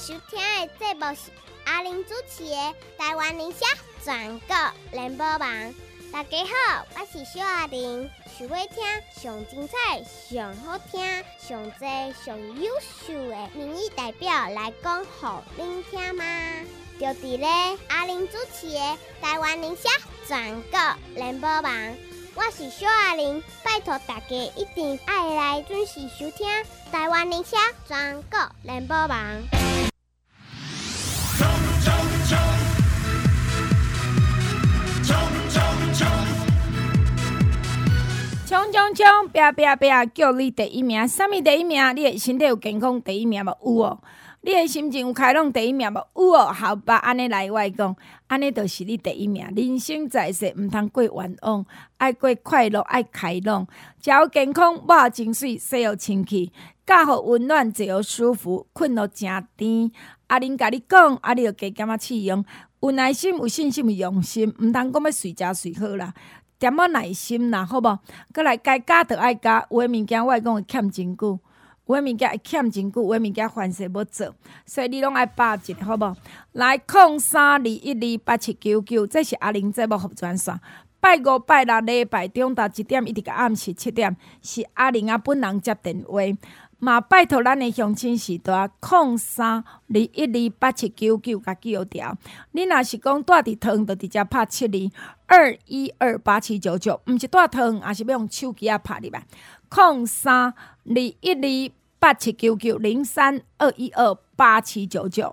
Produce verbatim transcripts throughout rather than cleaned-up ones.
收听的节目是阿玲主持的台湾宁夏全国联播网。大家好，我是小阿玲，想要听上精彩、上好听、上多、上优秀的民意代表来讲给您听吗？就伫咧阿玲主持的台湾宁夏全国联播网。我是小阿玲，拜托大家一定爱来准时收听台湾宁夏全国联播网。冲冲冲！冲冲冲！冲冲冲！拼拼拼！叫你第一名，啥物第一名？你的身体有健康第一名无？有哦。你的心情有开朗第一名无？有哦。好吧，安尼来我讲，安尼就是你第一名。人生在世，毋通过冤枉，爱过快乐，爱开朗，食好健康，抹好清水，洗好清气，教好温暖，坐好舒服，困落正甜。阿玲甲你讲，啊，你着加减仔试用，有耐心、有信心、有用心，毋通讲要随食随好啦。点仔耐心啦，好无？搁来该加着爱加，有诶物件我会讲会欠真久。有诶物件会欠真久，有诶物件凡事要做，所以你拢爱把一个，好无？来，空三二一二八七九九，这是阿玲节目服专线。拜五、拜六、礼拜中昼一点一直到暗时七点，是阿玲啊本人接电话。嘛，拜托咱的乡亲时代，空三二一二八七九九，甲记号条。你若是讲住伫桃园，就直接拍七二二一二八七九九，毋是住桃园，也是要用手机啊拍入来。空三二一二八七九九零三二一二八七九九。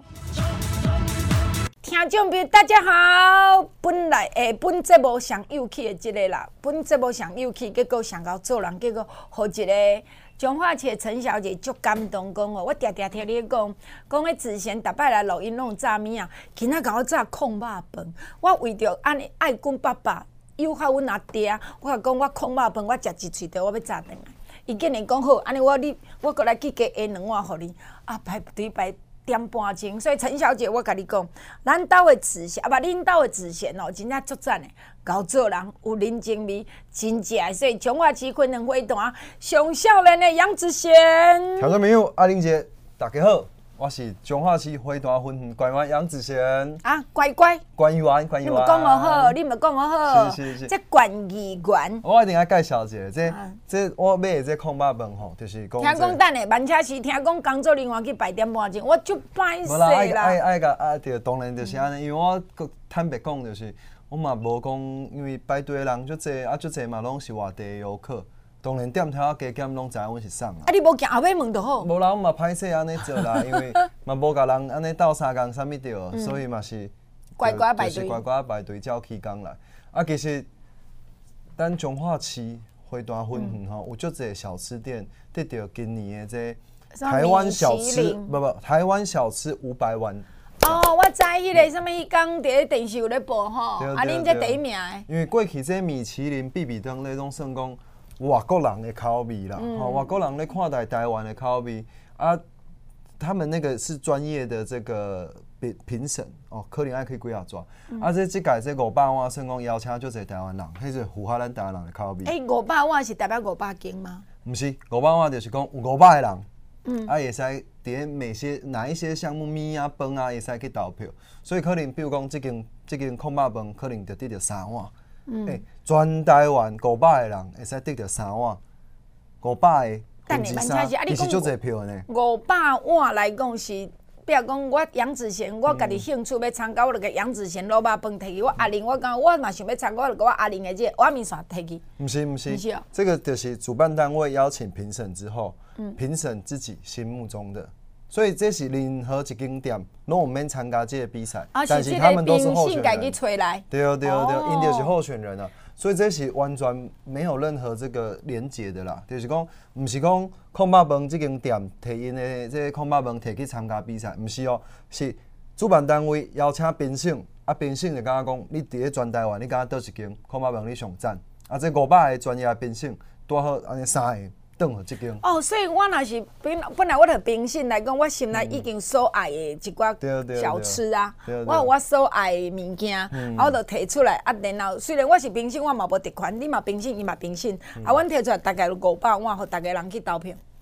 听众朋友，大家好！本来诶，本节目上有趣的即个啦，本节目上有趣，结果上到做人，结果互一个彰化市的陈小姐足感动讲哦，我常常听你讲，讲迄之前逐摆来录音拢有炸物啊，今仔甲我炸控肉饭，我为着安尼爱阮爸爸，友好阮阿爹，我甲讲我控肉饭，我食一喙着，我要炸转来。伊竟然讲好，安尼我你我过来去加下两碗互你，啊排队排点半钟，所以陈小姐我甲你讲，咱兜的慈善，啊不，恁兜的慈善哦，真正足赞的，够做人，有人情味，真正所以彰化市昆仑花坛上少年的杨子贤。 听众朋友，阿玲姐，大家好，我是彰化市花坛分园官员杨子贤。 啊，乖乖， 官员，官员。 你咪讲我好，你咪讲我好。 是是是。 这官议员。 我一定要介绍一下，这、啊、这我买的这控肉饭吼，就是讲。 听讲等下，慢车时听讲工作人员去排点半钟，我足歹势啦。 爱爱爱个啊，对，当然就是安尼，因为我坦白讲就是，我嘛无讲，因为排队的人足侪，啊足侪嘛拢是外地游客。当然，点头啊加减拢知影阮是送啊。 啊，你无行后尾门就好。 无啦，我嘛歹势安尼做啦，因为嘛无甲人安尼斗相共啥物着，嗯、所以嘛是乖乖排队， 就是乖乖排队照起工来。啊，其实咱彰化市花坛分园吼，有足侪小吃店得到今年的这台湾小吃，不不，台湾小吃五百万。 哦，我知迄个什么，迄讲伫咧电视有咧播吼，啊，恁这第一名的。 因为过去这米其林、必比登咧，拢算讲。外国人的口味啦，嗯、外国人咧看待台湾的口味啊，他们那个是专业的这个评评审哦，可能爱去几啊抓，嗯、啊这这届这五百碗算讲邀请就侪台湾人，迄是符合咱台湾人的口味。 诶、欸，五百碗是代表五百间吗？ 不是，五百碗就是讲有五百个人，嗯，啊会使伫每些哪一些项目米啊、饭啊，会使去投票，所以可能比如讲这间这间控肉饭可能就得到三碗。嗯，欸、全台湾五百个人会使得到三碗，五百个分之三，其实足侪票呢。 五百碗来讲是，比如讲我杨子贤，我家己兴趣要参加，我就给杨子贤卤肉饭摕去。我阿玲，我讲我嘛想要参加，我就给我阿玲的这画面线摕去。 不是不是，不是喔、这个就是主办单位邀请评审之后，评、嗯、审自己心目中的。所以这是任何一间店拢有免参加这个比赛， 啊、 但是他们都是候选人。 对对对，因就是候选人啊，所以这是完全没有任何这个连结的啦。就是讲，不是讲控肉饭这间店摕因的这控肉饭摕去参加比赛，不是哦，是主办单位邀请评审，啊评审就甲我讲，你伫咧全台湾，你感觉倒一间控肉饭你上赞，啊这五百个专业评审，拄好安尼三个。顿好这间哦，所以我若是本本来我著评审来讲，我心内已经所爱的一寡小吃啊，我有我所爱的物件，啊，我著提出来啊。然后虽然我是评审，我嘛无特权，你嘛评审，伊嘛评审，啊，阮提出来大概有五百碗，互大家人去投票。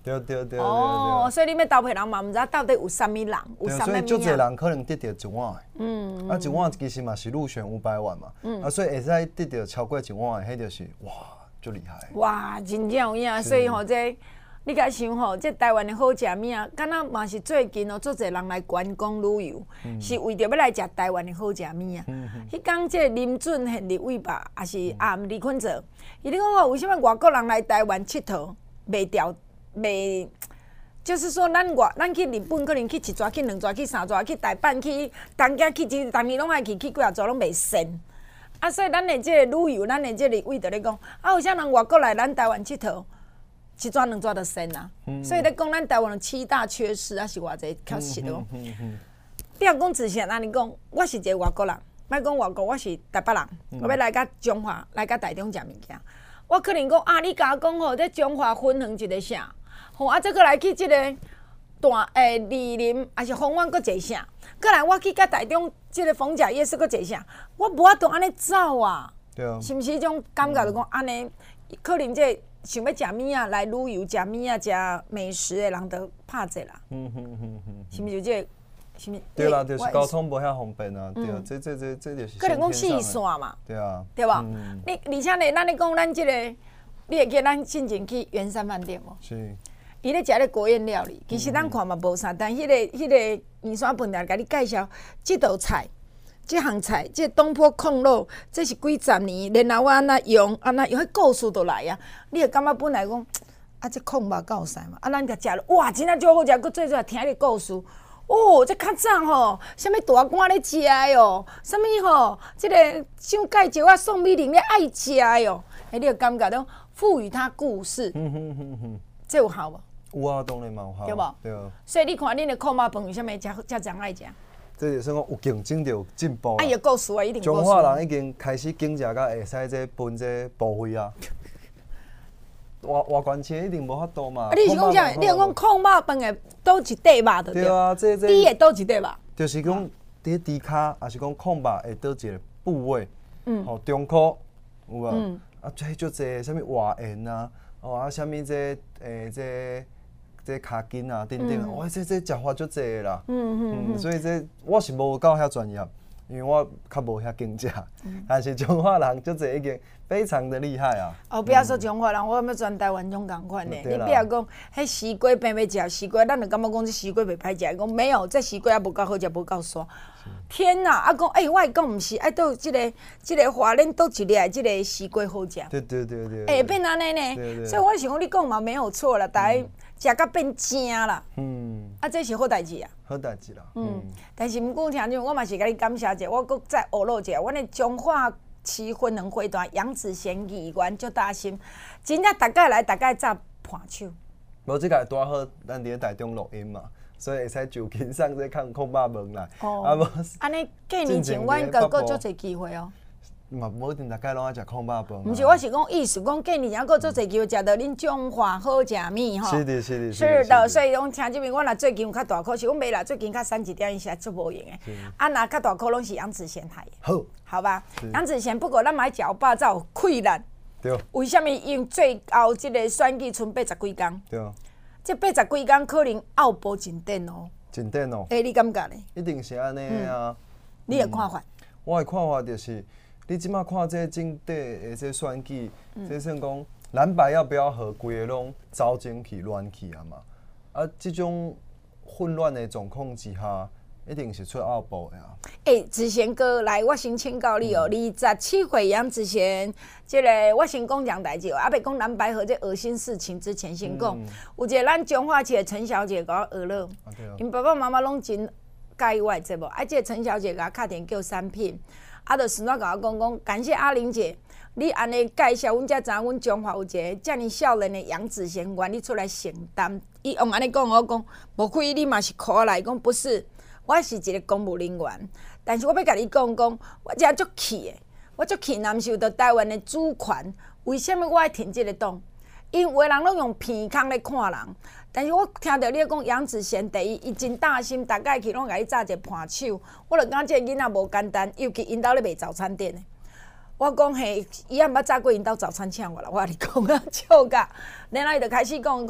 对对对对哦，所以你们投票人嘛，毋知到底有啥物人，有啥物所以足物侪人可能得到一万的。 嗯， 啊，一万其实嘛是入选五百万嘛。嗯。啊，所以会使得到超过一万的，迄就是哇，足厉害。 哇，真正有影，所以吼，这你甲想吼，这台湾的好食物啊，敢若嘛是最近哦，足侪人来观光旅游，嗯、是为着要来食台湾的好食物啊。迄讲这林准现立委吧，也是啊李坤泽，伊咧讲哦，为什么外国人来台湾佚佗，袂调？袂，就是说，咱外咱去日本可能去一抓去两抓去三抓去台北去东京去，其实逐年拢爱去，去几啊抓拢袂顺。啊，所以咱的这个旅游，咱的这个位就咧讲，啊，有啥人外国来咱台湾佚佗，一抓两抓就顺啊。嗯、所以咧讲，咱台湾的七大缺失啊是偌济确实哦。嗯嗯嗯、比如讲之前安尼讲，我是一个外国人，莫讲外国，我是台北人，嗯、我要来甲中华，来甲台中食物件，我可能讲啊，你甲我讲吼，这中华分成一个啥？吼啊！再过来去即个大诶梨林，还是丰原，搁坐啥？过来我去甲台中即个逢甲夜市，搁坐啥？我无法度安尼走啊！ 对啊， 是毋是迄种感觉？就讲安尼，可能这想要食物啊，来旅游食物啊，食美食的人都拍者啦。嗯哼哼哼，是毋是就这个？是毋？ 对啦，就是交通无遐方便啊。对啊，这这这这就是。 可能讲四线嘛。 对啊。 对吧？你而且呢，咱咧讲咱即个，你会记咱进前去圆山饭店无？ 是。 伊咧食咧国宴料理，其实咱看嘛无啥，但迄、那个迄、那个圆山饭店甲你介绍，即道菜、即项菜、即东坡控肉，这是几十年，然后我安那用，安那用，迄故事都来啊！你会感觉本来讲，啊，这控肉够晒嘛？啊，咱甲食了，哇，真正足好食，佮最主要听迄个故事。哦，这较早吼，啥物大官咧食的哦，啥物吼，即、这个蒋介石啊、宋美龄咧爱食的哦，哎，你会感觉到赋予它故事，嗯哼哼哼，这有效无？ 有啊，当然嘛有效， 对无？ 对啊。 所以你看，恁的酷肉饭为虾米遮遮常爱食？ 这就算讲有竞争就有进步啊！伊故事啊，一定中华人已经开始竞争到会使这分这部位啊。外外关钱一定无法度嘛。 啊，你是讲啥？你是讲酷肉饭的倒一块肉就对？ 对啊，这这。 你的倒一块肉？ 就是讲伫猪骹，还是讲酷肉的倒一个部位？嗯。吼，中箍有无？嗯。啊，这足济，啥物外缘啊？哦啊，啥物这诶这。这骹筋啊，等等，哇，这这食法足济啦。嗯嗯嗯。所以这我是无到遐专业，因为我较无遐经食。但是中华人足济已经非常的厉害啊。 哦，不要说中华人，我要全台湾种共款的。你不要讲，迄西瓜平要食，西瓜咱就感觉讲这西瓜袂歹食，讲没有，这西瓜也无够好食，无够爽。天哪！啊讲，哎，我会讲毋是，爱倒即个即个花莲倒一粒即个西瓜好食。 对对对对。 哎，变安尼呢？所以我想讲，你讲嘛没有错啦，大家。食到变正啦，嗯，啊，这是好代志啊， 好代志啦， 嗯，但是毋过听种，我嘛是甲你感谢者，我搁再学落者，阮的中华区分能会团杨子贤议员足大心，真正大概来大概早盘手。 无即个拄好，咱伫台中录音嘛，所以会使就近上这看空肉饭来。哦，啊无， 安尼过年前阮个搁足侪机会哦。 嘛无一定大概拢爱食空肉饭。 毋是，我是讲意思，讲过年前搁做侪机会食到恁中华好食物吼。 是的，是的， 是的，所以讲听这边，我若最近有较大考试，我袂啦，最近较三级点伊是做无用的。啊，若较大考拢是杨子贤害的。 好， 好吧。杨子贤不过咱买食霸才有困难。 对。 为什么因最后即个选举剩八十几天？ 对。 这八十几天可能拗步真电哦。 真电哦。 诶，你感觉呢？ 一定是安尼啊。 你的看法？ 我的看法就是。你即马看这政底的这选举，嗯、这算讲蓝白要不要和规个拢走进去乱去啊嘛？啊，这种混乱的状况之下，一定是出拗步的啊。 诶、欸，子贤哥，来，我先请教你哦。二十七岁杨子贤，这个我先讲两代志哦。啊，别讲蓝白河这恶心事情之前先讲，嗯、有一个咱中华区的陈小姐甲我学了，因、啊、爸爸妈妈拢真介意我的节目，啊，这个陈小姐甲我敲电叫产品。啊，就顺续甲我讲讲，感谢阿玲姐，你安尼介绍，阮才知影阮中华有一个遮尔少年的杨子贤员，你出来承担。伊用安尼讲我讲，无亏你嘛是考来讲，不是，我是一个公务人员，但是我要甲你讲讲，我真足气的，我足气难受到台湾的主权，为什么我爱挺这个党？因有的人拢用鼻孔咧看人，但是我听到你讲杨子贤第一，伊真大心，逐摆去拢甲你炸一个盘手，我就感觉这个囡仔无简单，尤其因兜咧卖早餐店的。我讲嘿，伊也毋捌炸过因兜早餐请我啦，我甲你讲啊，笑甲。然后伊就开始讲讲，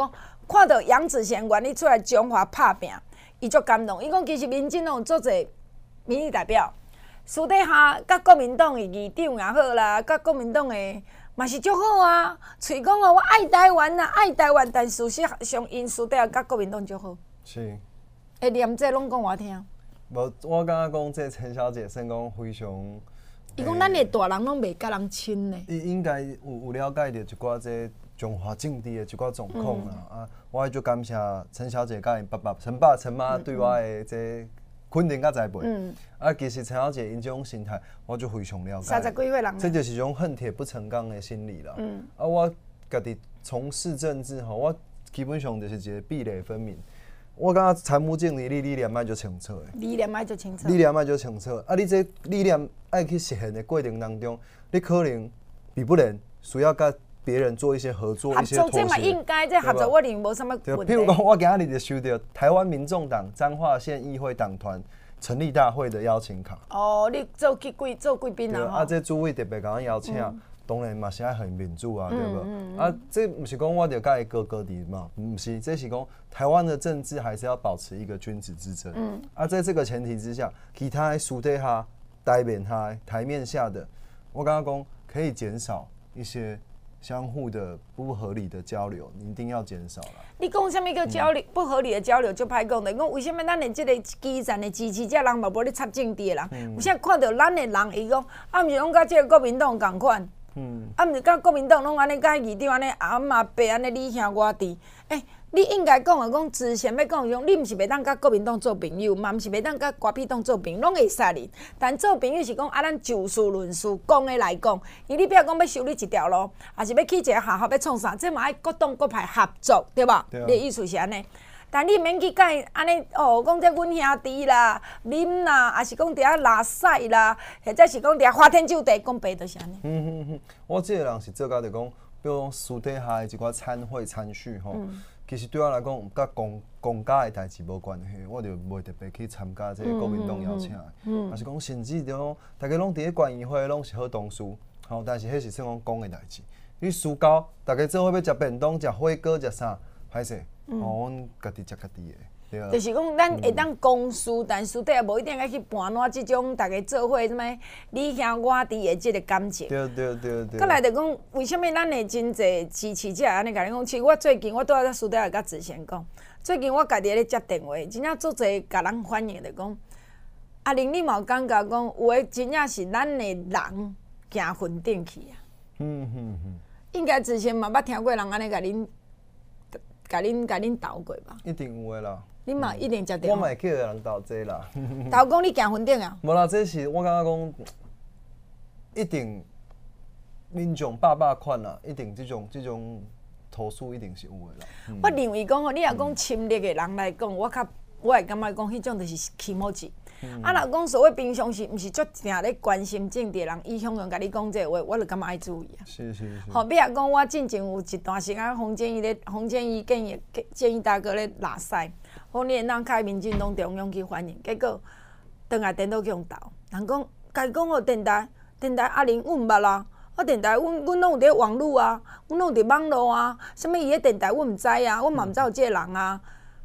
看到杨子贤愿意出来中华拍拼，伊足感动。伊讲其实民进党有足侪民意代表，私底下甲国民党的议长也好啦，甲国民党的嘛是足好啊。嘴讲哦，我爱台湾啊，爱台湾，但事实上因私底下甲国民党足好。 是。 会念这拢讲我听。 无，我感觉讲这陈小姐算讲非常。 伊讲咱的大人拢袂甲人亲呢。 伊应该有有了解到一寡这中华政治的一寡状况啦。嗯、啊，我就感谢陈小姐甲因爸爸陈爸陈妈对我的这肯定甲栽培。嗯。啊，其实陈小姐因这种心态，我就非常了解。 三十几岁人。 这就是一种恨铁不成钢的心理啦。嗯。啊，我家己从事政治吼，我基本上就是一个壁垒分明。我感觉参谋经理，你理念爱就清楚的。 理念爱就清楚。 理念爱就清楚。啊，你这理念爱去实现的过程当中，你可能比不能需要跟别人做一些合作、一些妥协。合作这嘛应该，这合作我认为无什么问题。譬如讲，我今日就收到台湾民众党彰化县议会党团成立大会的邀请卡。 哦，你做去贵做贵宾啊？ 啊，这主委特别甲我邀请。嗯当然嘛是爱很民主啊，对不？嗯嗯、啊，这不是讲我着甲伊哥哥弟嘛，不是，这是讲台湾的政治还是要保持一个君子之争。嗯，啊，在这个前提之下，其他的私底下、台面下、台面下的，我刚刚讲可以减少一些相互的不合理的交流，你一定要减少啦。 你讲什么叫交流、嗯、不合理的交流就歹讲的。讲为什么咱的这个基层的支持者人嘛无咧插政治的人，嗯、有啥看到咱的人伊讲，啊，毋是拢甲这个国民党共款。嗯，啊，毋是甲国民党拢安尼，甲议长安尼阿妈伯安尼你兄我弟，诶、欸，你应该讲的讲之前要讲种，你毋是袂当甲国民党做朋友，嘛毋是袂当甲国民党做朋友，拢会使哩。但做朋友是讲啊，咱就事论事讲的来讲，因为你不要讲要修理一条路，还是要去一个学校要创啥，这嘛爱各党各派合作，对吧？对啊、你的意思是安尼。但你免去甲伊安尼哦，讲这阮兄弟啦、啉啦，还是讲伫遐拉屎啦，或者是讲伫遐花天酒地，讲白就是安尼。 嗯嗯嗯，我这个人是做到就讲，比如讲私底下的一寡参会参叙吼，嗯、其实对我来讲，甲公公家的代志无关系，我就袂特别去参加这个国民党邀请的。嗯，还是讲甚至就讲，大家拢伫咧县议会拢是好同事，吼，但是迄是算讲公的代志。你私交，大家做伙要食便当、食火锅、食啥，歹势。嗯、哦，阮家己食家己的，对啊。 就是讲，咱会当公事，嗯、但私底下无一定爱去盘烂即种大家做伙什么你兄我弟的即个感情。 对对对对。 再来就讲，为什么咱会真侪支持者安尼甲你讲？其实我最近我拄仔私底下甲子贤讲，最近我家己咧接电话，真正足侪甲人反映的讲，阿玲你嘛有感觉讲，有诶真正是咱的人行坟顶去啊。嗯嗯嗯。应该之前嘛捌听过人安尼甲恁。甲恁甲恁斗过吧？ 一定有诶啦。 你嘛一定食到。 我嘛会叫人斗这啦。 斗讲你行坟顶啊？ 无啦，这是我感觉讲，一定民众百百款啦，一定这种这种投诉一定是有诶啦。 嗯、我认为讲吼，你若讲侵略诶人来讲，我较我会感觉讲，迄种就是起毛字。嗯、啊，若讲所谓平常时，毋是足定咧关心政治人，伊向向甲你讲这话，我就感觉爱注意啊。 是是是。 好，比如讲，我进前有一段时间，洪建义咧，洪建义建议建议大哥咧拉屎，我你当开民进党中央去反映，结果倒来电脑去用斗，人讲，家讲哦，电台电台阿玲，阮毋捌啦，我电台阮阮拢有伫网络啊，阮拢有伫网络啊，什物伊咧电台阮毋知啊，我嘛毋知有即个人啊。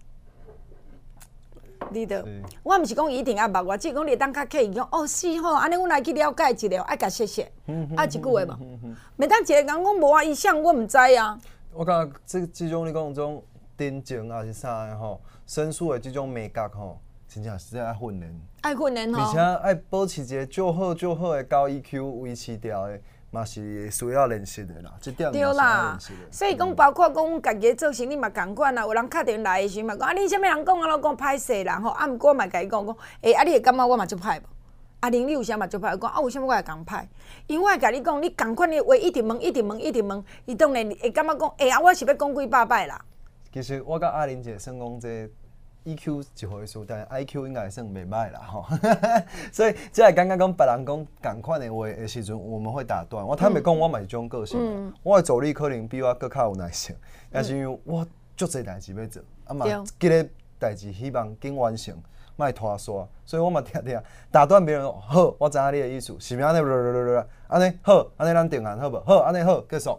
你着，我毋是讲一定爱捌我，只是讲你当较客气讲，哦是吼，安尼阮来去了解一下，爱甲谢谢，啊一句话嘛，袂当一个人讲无啊，伊啥我毋知啊。 我感觉这这种你讲种定情啊是啥的吼，申诉的这种美感吼，真正是爱训练， 爱训练吼， 而且爱保持一个最好最好的高 E Q 维持掉的。嘛是需要练习的啦，这点嘛是要练习的。 所以讲，包括讲阮家己做生意嘛共款啦，有人敲电话来的时嘛讲，啊你啥物人讲啊，拢讲歹势人吼，啊毋过我嘛甲伊讲讲，诶、欸、啊你会感觉我嘛足歹无？啊玲你有啥嘛足歹？讲啊为啥物我会共歹？因为我会甲你讲，你共款的话一直问，一直问，一直问，伊当然会感觉讲，诶、欸、啊我是要讲几百摆啦。 其实我甲阿玲姐算讲这。E Q 一回事，但 I Q 应该算袂歹啦吼，所以即个感觉讲别人讲共款的话的时阵，我们会打断。我坦白讲，我嘛是这种个性，嗯、我的助理可能比我更较有耐性，但是因为我足侪代志要做，啊嘛，即个代志希望紧完成，莫拖沙，所以我嘛常常打断别人。好，我知影你的意思，是毋安尼？安尼好，安尼咱定案好无？好，安尼好，结束。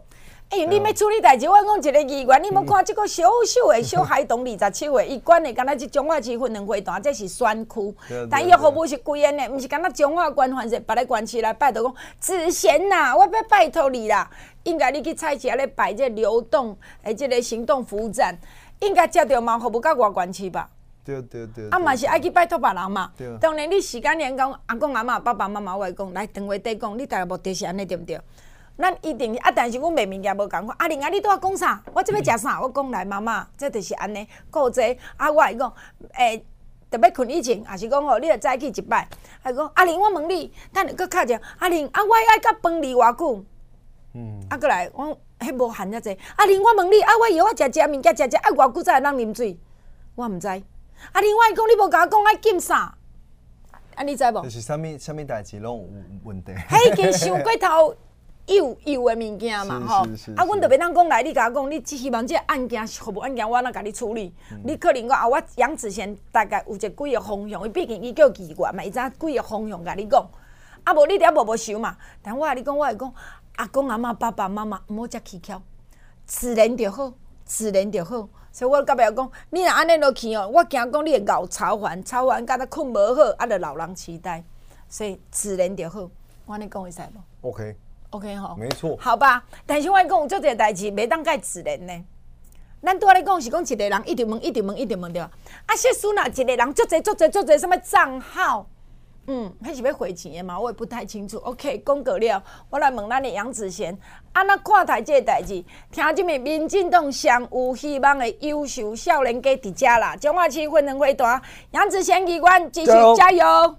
哎，你要处理代志，我讲一个议员，你莫看即个小小的小孩童，二十七岁，伊管的敢若即中华区分两会堂，这是选区，但伊的服务是规个呢，毋是敢若中华关环是别个关市来拜托讲，子贤呐，我要拜托你啦，应该你去菜市咧摆这流动诶，这个行动服务站，应该接到嘛服务到外关市吧？ 对对对。 啊嘛是爱去拜托别人嘛。当然你时间连讲阿公阿嬷、爸爸妈妈，我会讲来电话底讲，你大概目的是安尼对毋对？咱一定啊，但是阮卖物件无共款。阿玲啊，你拄仔讲啥？我即要食啥？我讲来妈妈，这就是安尼。顾济啊，我会讲，诶、欸，特别困以前，也是讲吼，你着早起一摆，还讲阿玲，我问你，等下搁敲者，阿玲啊，我爱甲饭离偌久？嗯。啊，过来，我迄无限遮济。阿玲，我问你，啊，我以后我食食物件食食，啊，偌久才会当啉水？我毋知。阿玲，我会讲你无甲我讲爱禁啥？啊，你知无？ 就是啥物啥物代志拢有问题。 迄已经伤过头。幼幼的物件嘛，吼，啊，阮特别当讲来，你甲我讲，你只希望这个案件服务案件，我哪甲你处理？嗯、你可能讲啊，我杨子贤大概有一几个方向，伊毕竟伊叫议员嘛，伊知几个方向甲你讲，啊，无你了无无想嘛？但我甲你讲，我会讲，阿公阿嬷、爸爸妈妈毋好遮起巧，自然就好，自然就好。所以我甲爸讲，你若安尼落去哦，我惊讲你会熬操烦，操烦甲他困无好，啊，着老人痴呆。所以自然就好，我安尼讲会使无 ？OK。 OK 吼， 没错， 好吧。但是我讲有做一个代志，袂当介自然呢。咱拄仔咧讲是讲一个人一直问、一直问、一直问对。啊，说实若一个人足侪、足侪、足侪什么账号，嗯，迄是要汇钱的嘛？我也不太清楚。OK， 讲过了，我来问咱的杨子贤，安怎看待这个代志？听即个民进党上有希望的优秀少年家伫遮啦，中华区分两会堂，杨子贤议员继续加油。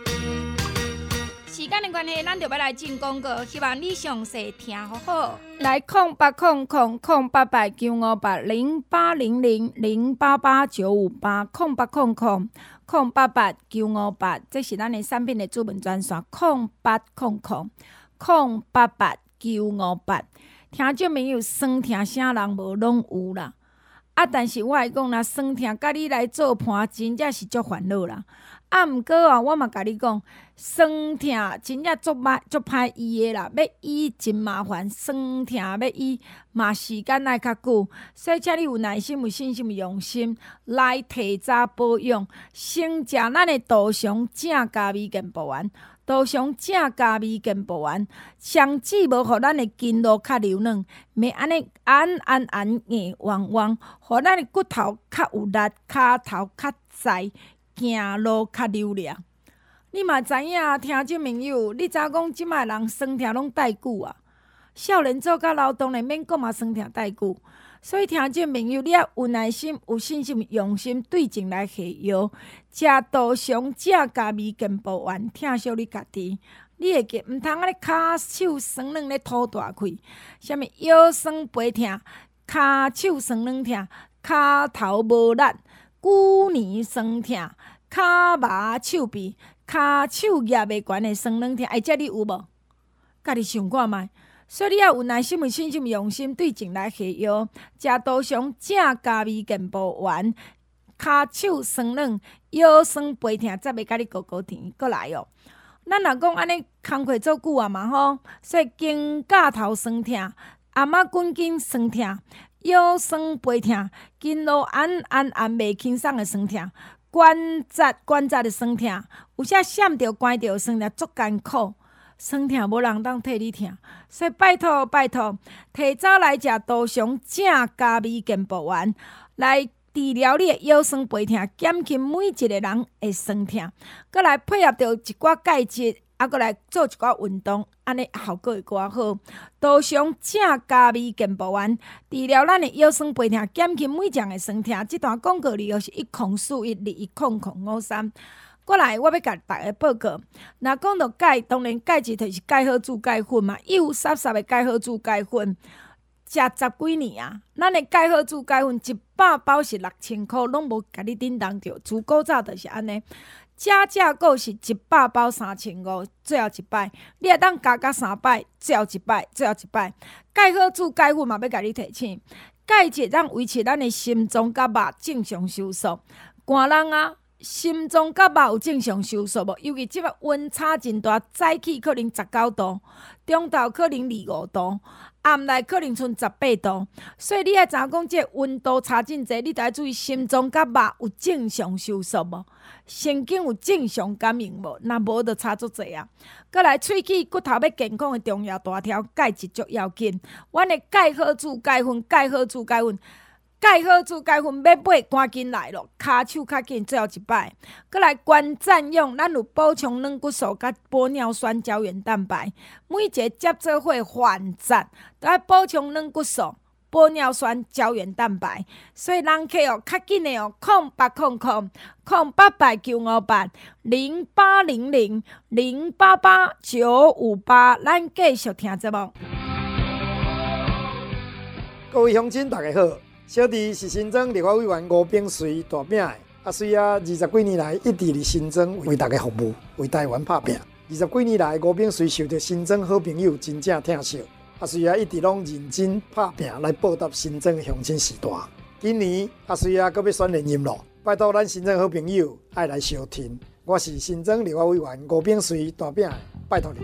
时间的关系，咱就要来进广告，希望你详细听好好。来，空八空空空八八九五八零八零零零八八九五八空八空空空八八九五八，这是咱的产品的主文专线。空八空空空八八九五八，听众朋友酸痛啥人无拢有啦。啊，但是我会讲啦，酸痛甲你来做伴，真正是足烦恼啦。啊，毋过啊，我嘛甲你讲，酸痛真正足歹足歹医的啦，要医真麻烦，酸痛要医嘛时间爱较久，所以请你有耐心、有信心、有用心来提早保养，先食咱的杜松正加味健保丸，杜松正加味健保丸，上至无互咱的筋络较柔软，袂安尼按按按硬汪汪，互咱的骨头较有力，骹头较在。行路较流利，你嘛知影，听众朋友，你知讲即摆人酸痛拢带久啊？少年做甲老当然免讲嘛，酸痛带久。所以听众朋友，你要有耐心、有信心、用心对症来下药，食杜松正加味健保丸，疼惜你家己。你会记，毋通安尼骹手酸软咧吐大气，啥物腰酸背痛、骹手酸软痛、骹头无力。久年酸痛，骹麻手臂，骹手压袂悬的酸软痛，哎，这你有无？家己想看觅。所以你要有耐心、有信心、用心对症来下药，食杜松正加味健保丸，骹手酸软，腰酸背痛，则袂甲你高高甜。过来哦，咱若讲安尼工课做久啊嘛吼，所以肩胛头酸痛，阿妈滚筋酸痛。腰酸背痛，筋络按按按袂轻松的酸痛，关节关节的酸痛，有些闪着关着酸痛足艰苦，酸痛无人当替你听，所以拜托拜托，提早来食杜松正加味健保丸，来治疗你的腰酸背痛，减轻每一个人的酸痛，搁来配合着一寡钙质。啊，搁来做一寡运动，安尼效果会较好。杜松正加味健保丸，治疗咱的腰酸背痛，减轻每种的酸痛。这段广告里又是一空四一二一空空五三。过来，我要甲大家报告。若讲到钙，当然钙质就是钙好珠钙粉嘛，幼杀杀的钙好珠钙粉。食十几年啊，咱的钙好珠钙粉一百包是六千箍，拢无甲你叮当着。自古早就是安尼。加价购是一百包三千五，最后一摆，你会当加加三摆，最后一摆，最后一摆。钙好珠钙粉嘛要甲你提醒，钙质让维持咱的心脏甲肉正常收缩。寒人啊，心脏甲肉有正常收缩无？尤其即摆温差真大，早起可能十九度，中昼可能二五度， 暗内可能剩十八度，所以你爱知影讲，这温度差真济，你着爱注意心脏甲肉有正常收缩无，神经有正常感应无，若无着差足济啊。过来，喙齿骨头要健康的重要大条，钙质足要紧。阮的钙好处、钙粉、钙好处、钙粉。钙好处、钙粉要买，赶紧来咯！骹手较紧，最后一摆。过来关赞用，咱有补充软骨素甲玻尿酸胶原蛋白，每一个接做伙反赞，都要补充软骨素、玻尿酸胶原蛋白。所以人客哦，较紧的哦，空八空空空八八九五八零八零零零八八九五八，咱继续听节目。 各位乡亲，大家好。小弟是新庄立法委员吴炳随大饼的，啊，随啊二十几年来一直伫新庄为大家服务，为台湾拍拼。二十几年来，吴炳随受到新庄好朋友真正疼惜，啊，随啊一直拢认真拍拼来报答新庄的乡亲时代。今年啊，随啊搁要选连任咯，拜托咱新庄好朋友爱来相挺。我是新庄立法委员吴炳随大饼的，拜托你。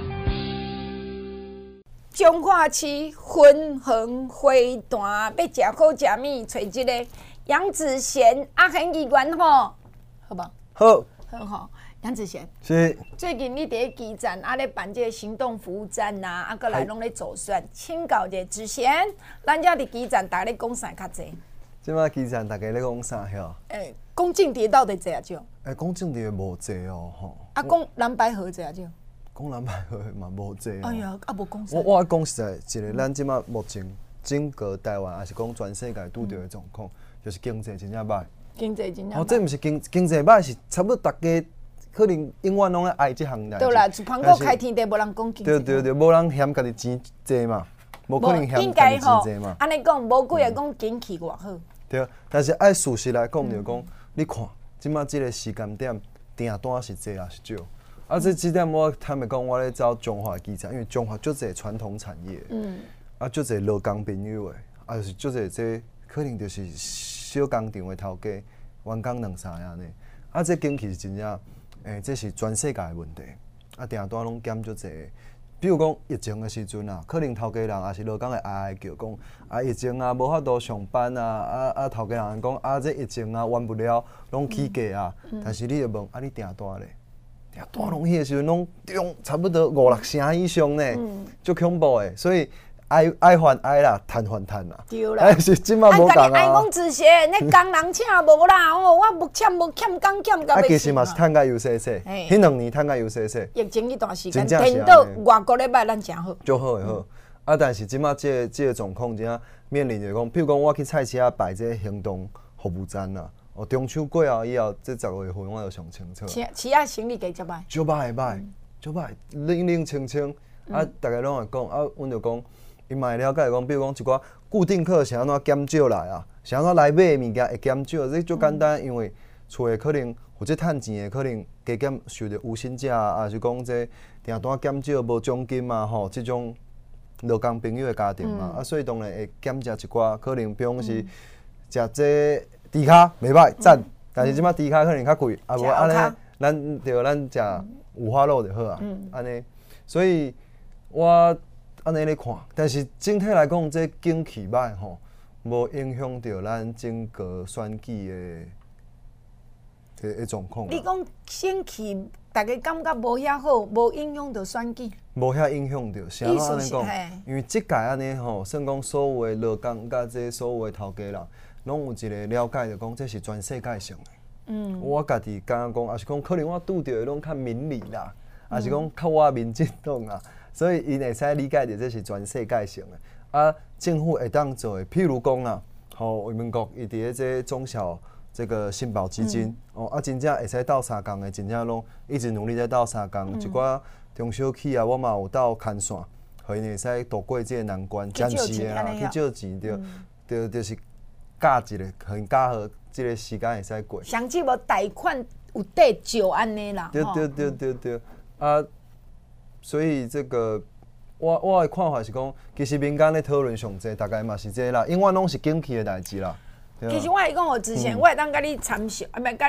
彰化市分恒花坛要食好食物，找一个杨子贤阿贤议员吼，好无？ 好， 好吼，杨子贤。 是。 最近你伫咧基站啊咧办这个行动服务站呐，啊，过来拢咧走算，请教者子贤，咱遮伫基站，大家咧讲啥较济？ 即摆基站大家咧讲啥晓？ 诶，讲政治到底济啊少？ 诶，讲政治无济哦吼。 啊，讲蓝白河济啊少？ 讲蓝白河嘛无济哦。 哎呀，啊无讲啥。 我我讲实在，一个咱即摆目前整个台湾，还是讲全世界拄着的状况，就是经济真正歹。 经济真正歹。 哦，这毋是经经济歹，是差不多大家可能永远拢咧爱即项代志。 对啦，就苹果开天地，无人讲经济。 对对对，无人嫌家己钱济嘛，无可能嫌家己钱济嘛。 安尼讲，无几个讲景气偌好。 对，但是按事实来讲，就讲你看，即摆即个时间点订单是济还是少？啊，这即点我坦白讲，我咧走中华基站，因为中华足侪传统产业，嗯，啊，足侪劳工朋友诶，啊，就是足侪这可能就是小工厂诶头家，员工两三个安尼，啊，这景气是真正，诶、欸，这是全世界诶问题，啊，订单拢减足侪。比如讲疫情诶时阵啊，可能头家人也是劳工会哀哀叫讲，啊，疫情啊，无法度上班啊，啊啊，头家人讲啊，这疫情啊，完不了，拢起价啊，嗯嗯、但是你就问啊，你订单咧？订单拢迄个时阵拢中差不多五六成以上呢，足、嗯、恐怖诶，所以爱爱还爱啦，趁还趁啦。 对啦， 但是即摆无共啊。 爱讲自些，那工人请无啦，哦，我无欠无欠工欠到要死。啊， 其实嘛是趁甲优势势，迄两年趁甲优势势。 疫情迄段时间，听到外国咧卖咱真好。 足好诶好，嗯、啊，但是即摆即个即个状况，真正面临着讲，譬如讲我去菜市啊摆这行动服务站啦。哦，中秋过后以后，这十月份我就上清楚。 市市啊，生意加足歹。 足歹歹，足歹，冷冷清清。啊，大家拢会讲，啊，阮就讲，伊嘛会了解讲，比如讲一寡固定客是安怎减少来啊，是安怎来买的物件会减少，这足简单，因为厝诶可能或者趁钱诶可能加减受着无薪假啊，还是讲这订单减少无奖金嘛吼，即种劳工朋友诶家庭嘛，啊，所以当然会减食一寡，可能比如讲是食这。猪脚袂歹赞，嗯、但是即摆猪脚可能较贵，啊无安尼，咱着咱食五花肉就好啊，安尼、嗯，所以我安尼咧看，但是整体来讲，这景气歹吼，无影响到咱整个选举的的状况。 你讲景气，大家感觉无遐好，无影响到选举？ 无遐影响到，是安怎安尼讲？因为即届安尼吼，算讲所有的劳工甲这所有的头家人。拢有一个了解，就讲这是全世界性的。嗯，我家己敢讲，也是讲可能我拄到的拢较民理啦，也、嗯、是讲较我民进党啦，所以因会使理解到这是全世界性的。啊，政府会当做的，譬如讲啦，吼，民国伊伫咧这中小这个信保基金，嗯、哦，啊，真正会使斗相共的，真正拢一直努力在斗相共。嗯、一寡中小企啊，我嘛有斗牵线，互因会使度过这个难关，暂时的啦，去借钱着，着着是。加一个，很加好，即个时间会使过。 上次无贷款有得借安尼啦。 对对对对对，啊，所以这个我我的看法是讲，其实民间咧讨论上济，大概嘛是这啦，永远拢是景气的代志啦。 其实我会讲，我之前、嗯、我会当甲你参详，啊，袂甲你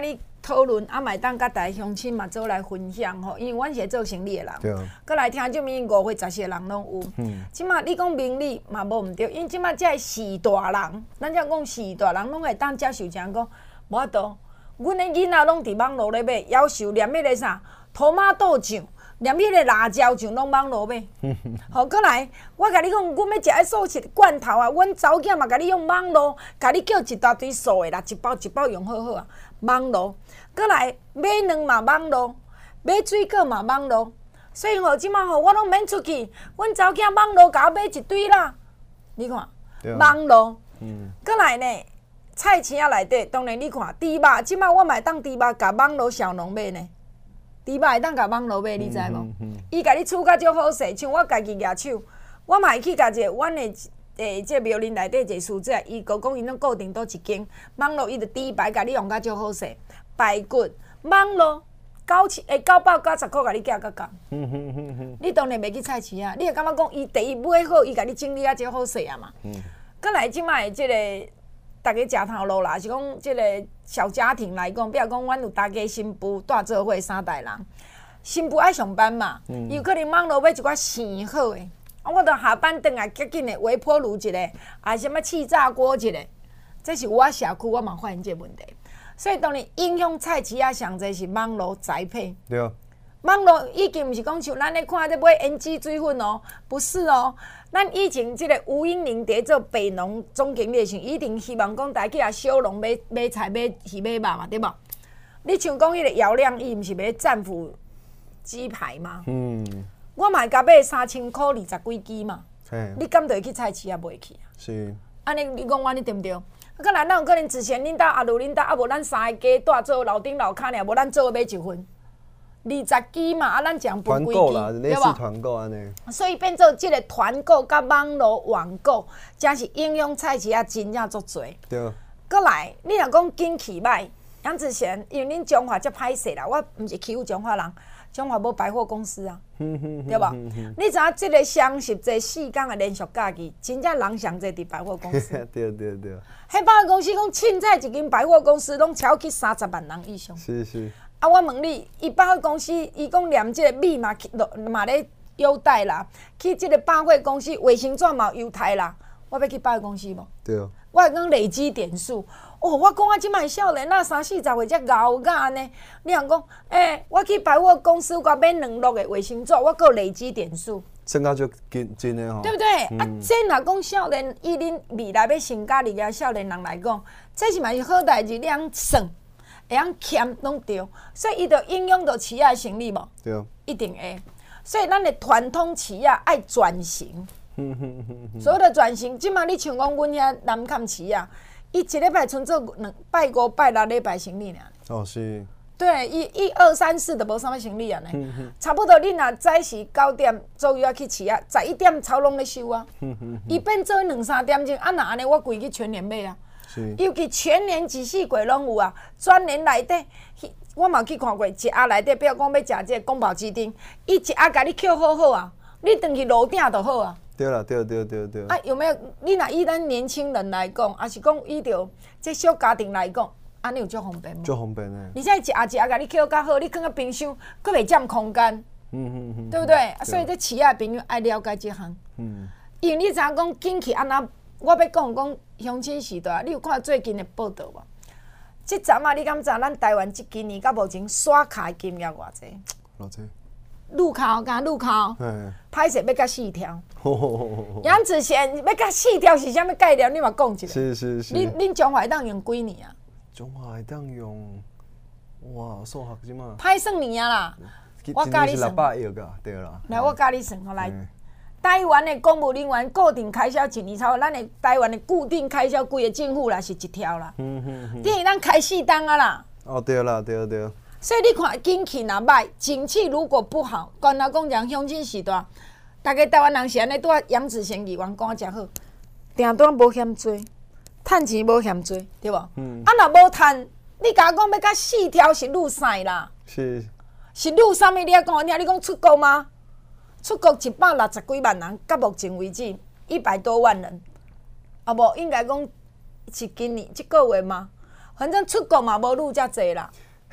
讨论，啊，嘛当甲大家乡亲嘛做来分享吼，因为阮是会做生意的人， 对， 过来听这物五岁十岁的人拢有。嗯，即马你讲名利嘛无毋对，因为即马这个时大人，咱才讲时大人拢会当接受，讲讲无法度。阮的囡仔拢伫网络咧买，夭寿连迄个啥土马豆酱。连迄个辣椒酱拢网络买，好，过来，我甲你讲，阮要食迄素食罐头啊，阮查某囝嘛，甲你用网络，甲你叫一大堆素的啦，一包一包用好好啊，网络。过来买卵嘛网络，买水果嘛网络，所以吼，即马吼我拢免出去，阮查某囝网络甲我买一堆啦，你看，网络。嗯。过来呢，菜市仔内底，当然你看猪肉，即马我嘛会当猪肉甲网络小农买呢。猪肉会当甲网络买，你知无？伊甲你处甲足好势，像我家己举手，我嘛会去甲一个阮的诶，即庙林内底一个师姐，伊讲讲伊拢固定倒一间网络，伊就猪排甲你用甲足好势，排骨网络九千诶九百九十箍甲你寄到港。你当然袂去菜市啊，你会感觉讲伊第一买好，伊甲你整理啊足好势啊嘛。过来即摆即个。大家食头路啦，是讲即个小家庭来讲，比如讲，阮有大家新妇带做伙三代人，新妇爱上班嘛，伊、嗯、有可能网络买一寡生好诶，啊，我着下班转来紧紧诶微波炉一个，啊，什么气炸锅一个，这是我社区我嘛发现这个问题，所以当然影响菜市仔上侪是网络宅配。 对啊。 网络已经毋是讲像咱咧看咧买 N G 水粉哦，不是哦。咱以前即个吴英玲伫做北农总经理时，一定希望讲大家去啊小农买买菜、买鱼、买肉嘛，对无？你像讲迄个姚亮，伊毋是买战斧鸡排嘛？嗯。我嘛会甲买三千箍二十几支嘛。你敢会去菜市啊买去啊？ 是。 安尼你讲我你对毋对？啊，可能咱有可能之前恁兜啊，如恁兜啊，无咱三个家带做楼顶楼骹尔，无咱做买一份。二十支嘛，啊，咱讲分几支， 对吧？团购安尼， 所以变做即个团购甲网络网购，真是应用菜市啊，真正足多。 对。 过来，你若讲景气歹，杨子贤，因为恁中华遮歹势啦，我毋是欺负中华人，中华无百货公司啊，对吧？你知影即个双十节四天的连续假期，真正人上侪伫百货公司。 对对对。 迄百货公司讲凊彩一间百货公司拢超去三十万人以上。 是是。 啊，我问你，伊百货公司，伊讲连即个米嘛去嘛咧优待啦，去即个百货公司卫生纸嘛优待啦。我要去百货公司无？ 对。 我会讲累积点数。哦，我讲啊，即摆少年啊，三四十岁才熬甲安尼。你若讲，诶、欸，我去百货公司，我买两落的卫生纸，我够累积点数。 增加就真真的吼。 对不对？嗯、啊，这若讲少年，以恁未来要成家立业少年人来讲，这是嘛是好代志，你通算。会晓欠拢对，所以伊着影响到企业的生理无？ 对， 一定会。所以咱的传统企业爱转型，所有的转型，即马你像讲阮遐南崁企业，伊一礼拜剩做两拜五拜六礼拜生理尔。 哦，是。 对，伊一二三四都无啥物生理啊呢，差不多你若早时九点左右啊去市啊，十一点超拢咧收啊。伊变做两三点钟，啊那安尼我规去全年买啊。尤其全年一四季拢有啊，全年内底，我嘛去看过一盒内底，比如讲要食这个宫保鸡丁，伊一盒甲你扣好好啊，你转去楼顶就好啊。 对啦，对对对对。 啊，有没有？你若以咱年轻人来讲，还是讲以着这小家庭来讲，安尼有足方便无？ 足方便诶。 而且一盒一盒甲你扣较好，你放到冰箱，佫袂占空间。嗯嗯嗯。对不对？所以这企业朋友爱了解这项。嗯。因为你知影讲景气安那？我要讲讲乡亲时代，你有看最近的报道无？即阵啊，你敢知咱台湾即今年到目前刷卡金额偌济？ 偌济？ 路考甲路考，歹势要甲四条。杨子贤要甲四条是啥物概念？你嘛讲一下。 是是是。 恁恁中华会当用几年啊？ 中华会当用，哇，数学即嘛？ 歹算年啊啦！我教你算。 六百亿个，对啦。 来，我教你算，好来。台湾的公务人员固定开销一年超，咱的台湾的固定开销，规个政府啦是一条啦。嗯嗯嗯。等于咱开四档啊啦。 哦，对啦，对对。 所以你看景气若歹，景气如果不好，干那讲讲乡亲时代，大家台湾人是安尼，拄啊杨子贤议员讲啊真好，订单无嫌多，趁钱无嫌多，对无？嗯。啊，若无趁，你甲我讲要甲四条是愈啥啦？ 是。 是愈啥物？你啊讲，听你讲出国吗？出国一百六十几万人，到目前为止一百多万人，啊无应该讲是今年即个月吗？反正出国嘛无愈遮济啦。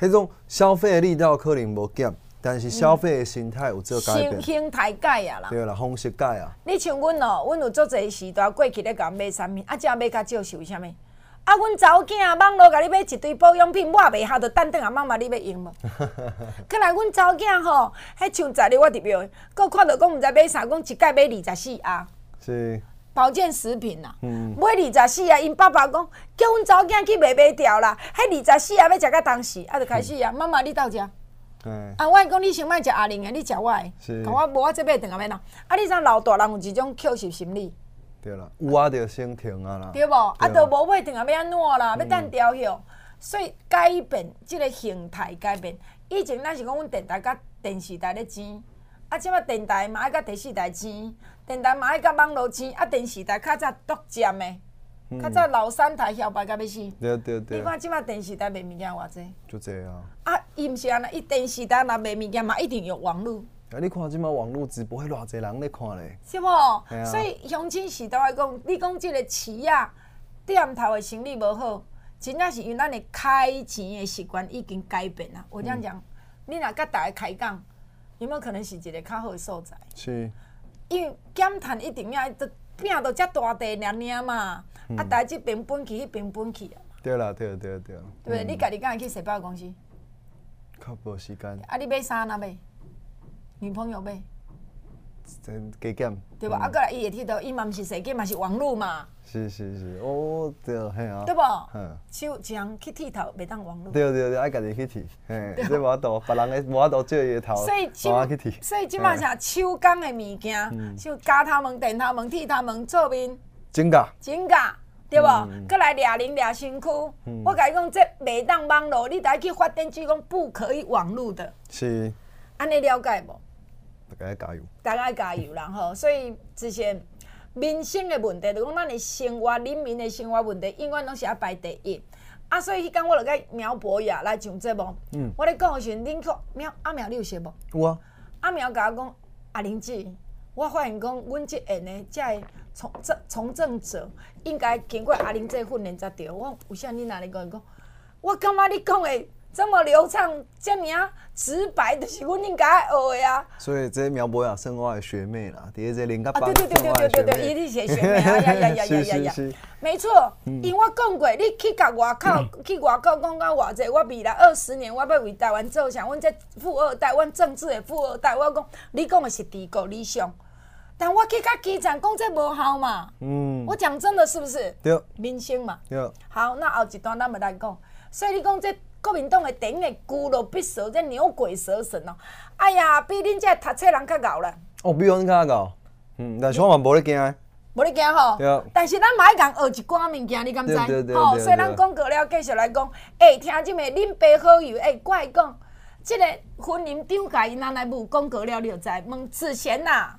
迄种消费的力道可能无减，但是消费的心态有做改变。 心态改啊啦。 对啦，方式改啊。 你像阮哦，阮有足侪时段过去咧甲买产品，啊，只买较少是为虾米？啊，阮查某囝网络甲你买一堆保养品，我也袂晓得等等啊，妈妈你要用无？过来，阮查某囝吼，迄像材料我伫庙，佮看到讲毋知买啥，讲一盖买二十四盒。 是。 保健食品啦， 嗯、 买二十四啊，因爸爸讲叫阮查某囝去买买掉啦，迄二十四啊要食到当时，啊就开始啊，妈妈你倒食。 嗯、 啊，我讲你先莫食阿玲的，你食我的，讲我无我这买定啊要喏。啊，你知老大人有一种扣受心理。 对啦，有啊就先停啊啦。 对无？啊，就无买定啊要安怎啦？要等调休，所以改变即个形态改变。以前咱是讲阮电台甲电视台咧争，啊，即摆电台嘛爱甲电视台争，电台嘛爱甲网络争，啊，电视台较早独占的，较早老三台嚣摆甲要死。 对对对。 你看即摆电视台卖物件偌济？ 就这啊。 啊，伊毋是安尼，伊电视台若卖物件嘛，一定用网络。 啊！你看即摆网络直播，迄偌济人咧看咧， 是无？啊、所以乡亲时代来讲，你讲即个市啊，店头的生意无好，真正是因为咱的开钱的习惯已经改变啦。我这样讲，嗯、你若甲大家开讲，有没有可能是一个较好的所在？ 是。 因为减碳一定要都拼到遮大地尔尔嘛，嗯、啊，大家这边本去，迄边本去啊。对啦，对对对。 对，嗯、你家己敢会去洗百货公司？ 较无时间。 啊，你买衫哪买？女朋友买， 真加减， 对吧？啊，过来伊会佚佗，伊嘛毋是手机，嘛是网络嘛。 是是是，哦，对，嘿啊。 对无？ 嗯。 手一项去剃头，袂当网络。 对对对，爱家己去剃，嘿，这无法度，别人的无法度借伊的头， 所以我去剃。 所以即马啥手工的物件，像加头毛、电头毛、剃头毛、做面， 真假？ 真假？对无？过来掠零掠身躯，我甲你讲，这袂当网络，你得去发电机讲不可以网络的。 是。 安尼了解无？ 大家加油！ 大家加油啦吼！所以这些民生的问题，就讲咱的生活、人民的生活问题，永远拢是要排第一。啊，所以迄天我就甲苗博雅来上节目，嗯、我咧讲的时阵，恁看苗阿苗你有熟无？ 有啊。 阿苗甲我讲，阿玲姐，我发现讲，阮即下呢，即个从政从政者应该经过阿玲姐训练才对。我讲有啥你哪里讲讲？我感觉你讲的这么流畅，这尔啊直白，就是阮应该学的啊。 所以这苗博雅算我的学妹啦，伫咧这林家班对对对对对对对，一定是学妹啊呀呀呀呀呀呀！没错，因我讲过，你去甲外口去外口讲到偌济，我未来二十年我要为台湾做啥？阮这富二代，阮政治的富二代，我讲你讲的是治国理想，但我去甲基层讲这无效嘛。嗯，我讲真的是不是？ 对， 民生嘛。 对。 好，那后一段咱们来讲，所以你讲这。国民党的顶的孤陋必蛇，这牛鬼蛇神哦！哎呀，比恁这读册人较敖啦。 哦，比阮较敖。嗯，但是我嘛无咧惊。 无咧惊吼。 对。 但是咱嘛爱共学一寡物件，你敢知？ 对对对。 吼，所以咱讲过了，继续来讲。哎，听即个恁爸好友，哎，我来讲，即个婚姻长甲因奶奶母讲过了，你就知。问之前呐。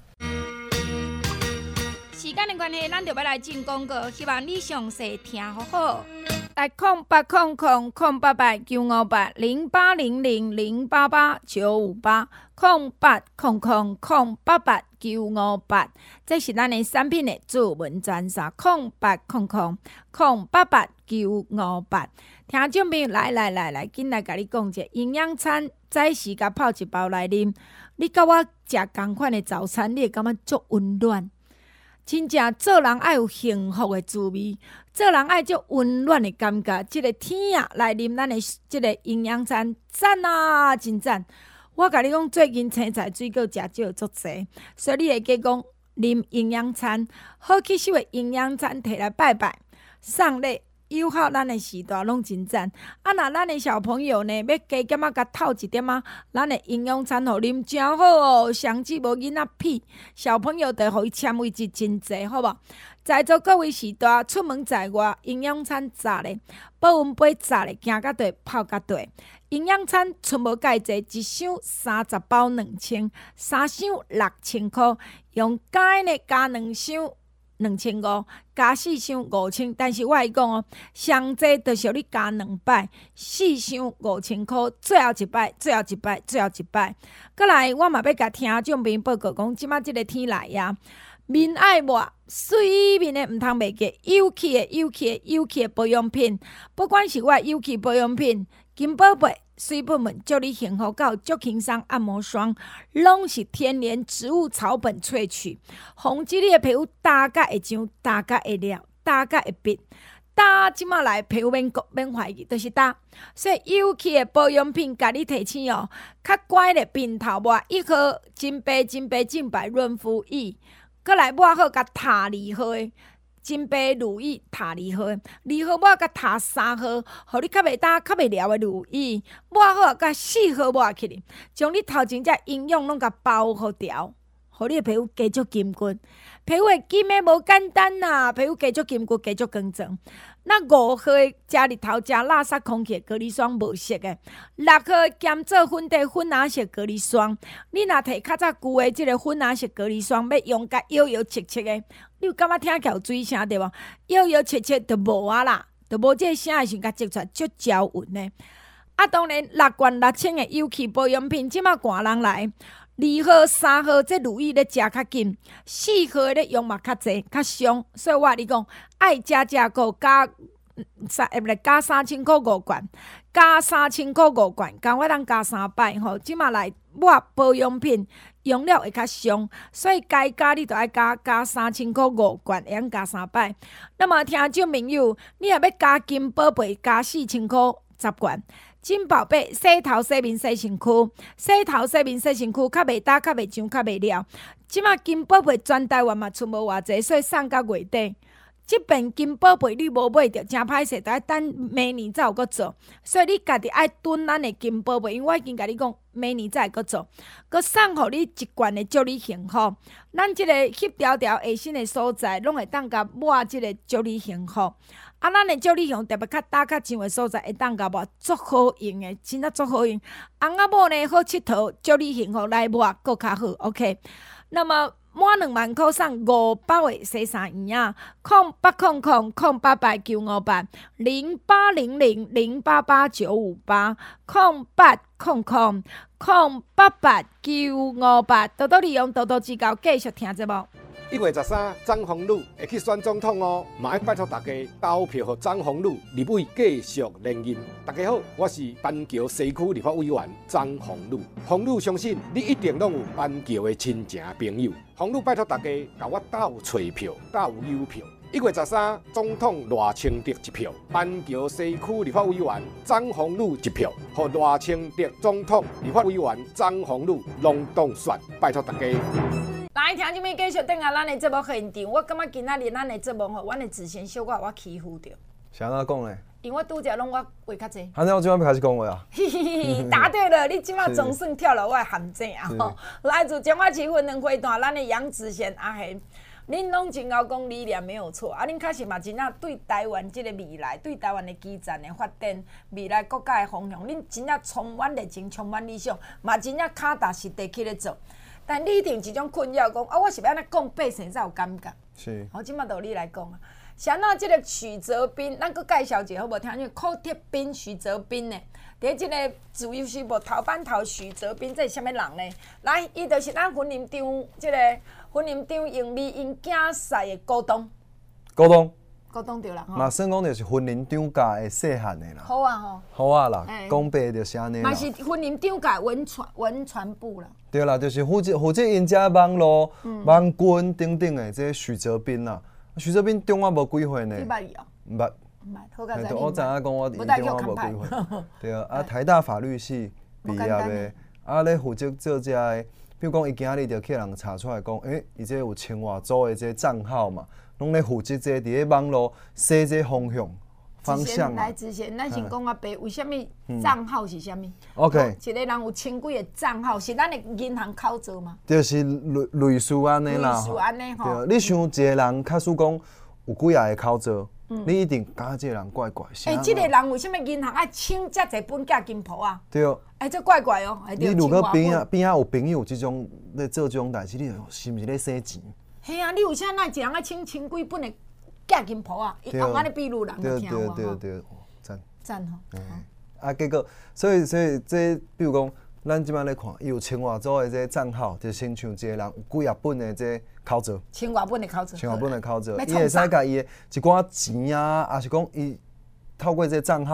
时间的关系，咱就要来进广告，希望你详细听好好。来空八空空空八八九五八零八零零零八八九五八空八空空空八八九五八，这是咱的产品的主文专线空八空空空八八九五八。听众朋友，来来来来，紧来甲你讲者营养餐，早时甲泡一包来啉，你甲我食同款的早餐，你会感觉足温暖。真正做人爱有幸福的滋味，做人爱足温暖的感觉。即、这个天啊，来啉咱的即个营养餐，赞啊，真赞！我甲你讲，最近青菜水果食少足济，所以你会记讲啉营养餐，好吸收的营养餐摕来拜拜，送礼。友好咱的时代拢真赞，啊！若咱的小朋友呢，要加减啊，甲透一点啊，咱的营养餐互啉真好哦，上至无囡仔屁，小朋友得互伊纤维质真济，好无？在座各位时代出门在外，营养餐炸咧，保温杯炸咧，行到地泡到地。营养餐出无介济，一箱三十包两千，三箱六千块，用干的加两箱。两千五加四箱五千，但是我会讲哦，上济就是你加两摆，四箱五千块，最后一摆，最后一摆，最后一摆。过来，我嘛要甲听众朋友报告讲，即马即个天来呀，面爱抹，水面的毋通袂记，有气的、有气的、有气的保养品，不管是我有气保养品、金宝贝、 水本本祝你幸福到足轻松按摩霜，拢是天然植物草本萃取，防止你的皮肤打甲会痒、打甲会裂、打甲会闭。打即马来皮肤免免怀疑，就是打。所以有气的保养品，甲你提醒哦，较乖的平头抹一盒，真白真白净白润肤液，搁来抹好甲擦二号的。真白乳液擦二号，二号抹甲擦三号，互你较袂打、较袂撩的乳液，抹好甲四号抹起哩，将你头前遮营养拢甲包好掉，互你的皮肤加足金骨。皮肤的金的无简单呐，皮肤加足金骨、加足光泽。那五号的加日头加垃圾空气隔离霜无色的，六号兼做粉底粉蓝色隔离霜。你若摕较早旧的即个粉蓝色隔离霜，要用甲摇摇切切的，你有感觉听起来有水声对无？摇摇切切就无啊啦，就无即个声的时阵，甲接出来足娇韵的。啊，当然六罐六千的有气保养品，即马寒人来。二号、三号这乳液咧食较紧，四号咧用嘛较济、较凶，所以我甲你讲，爱食食个加三，诶，不是加三千块五罐，加三千块五罐，共我当加三摆吼。即马来抹保养品用了会较凶，所以该加你就爱加加三千块五罐，会用加三摆。那么听众朋友，你若要加金宝贝，加四千块十罐。金宝贝洗头、洗面、洗身躯，洗头、洗面、洗身躯，较袂打、较袂痒、较袂了。即马金宝贝全台湾嘛出无偌济，所以送到月底。即边金宝贝你无买着，真歹势，得等明年才有搁做。所以你家己爱囤咱的金宝贝，因为我已经甲你讲，明年才会搁做，搁送互你一罐的祝你幸福。咱即个翕条条下身的所在，拢会当甲抹即个祝你幸福。啊，咱的祝你用特别较打较上的所在，会当甲抹足好用的，真正足好用。翁仔某呢好佚佗，祝你幸福来抹搁较好 ，OK。那么满两万块送五包的洗衫液啊，空八空空空八八九五八零八零零零八八九五八空八空空空八八九五八，多多利用，多多指教，继续听节目。 一月十三，张宏宇会去选总统哦，嘛要拜托大家投票给张宏宇立委继续连任。大家好，我是板桥西区立法委员张宏宇。宏宇相信你一定拢有板桥的亲情朋友。宏宇拜托大家甲我斗找票，斗邮票。一月十三，总统赖清德一票，板桥西区立法委员张宏宇一票，和赖清德总统立法委员张宏宇拢当选。拜托大家。 来，听这边继续等下咱的节目现场。我感觉今仔日咱的节目吼，阮的子贤小可我欺负着。 是安怎讲呢？ 因为我拄则拢我话较济。 安尼我即摆要开始讲话啊！ 嘿嘿嘿，答对了，你即马总算跳了我的陷阱啊！吼，来自中华七分两会段，咱的杨子贤阿贤，恁拢真够讲理念没有错啊！恁确实嘛真正对台湾即个未来，对台湾的基层的发展，未来国家的方向，恁真正充满热情，充满理想，嘛真正脚踏实地去咧做。但你一定有一种困扰，讲啊，我是要安怎讲百姓才有感觉？ 是。 好，即马就你来讲啊。像那即个许哲斌，咱搁介绍一下好无？听见柯铁斌、许哲斌呢？伫即个自由时报头版头，许哲斌这是啥物人呢？来，伊就是咱婚林场即个婚林场英美因竞赛的股东。 股东。 股东对啦。 嘛算讲就是婚林场家的细汉的啦。 好啊吼。 好啊啦，讲白就是安尼啦。 嘛是婚林场家文传文传部啦。对啦，就是负责负责因遮网络、网军等等的这许哲斌啦。许哲斌中我无几岁呢？ 你捌伊哦？ 毋捌。 毋捌，好甲我知影讲我因中我无几岁。对啊，啊台大法律系毕业的，啊咧负责做遮个，比如讲伊今日就去人查出来讲，诶，伊这有千外组的这账号嘛。拢咧负责这伫咧网络设这方向方向来之前，咱先讲阿伯，为什么账号是啥物 ？OK， 一个人有千几个账号，是咱的银行口座吗？ 就是类类似安尼啦。 类似安尼吼。 对，你想一个人，假使讲有几啊个口座，你一定感觉这个人怪怪。 诶，这个人为什么银行爱请遮侪本假金铺啊？ 对。 诶，这怪怪哦。 你如果边仔边仔有朋友这种咧做这种代志，你是毋是咧洗钱？ 嘿啊！你为啥那一人爱请千几本的假金铺啊？伊用安尼比喻人就听我吼。 对对对对，赞。 赞吼。 啊，结果所以所以这比如讲，咱即摆咧看，伊有千外组的这账号，就亲像一个人有几啊本的这口座。 千外本的口座。 千外本的口座，伊会使甲伊的一寡钱啊，也是讲伊透过这账号咧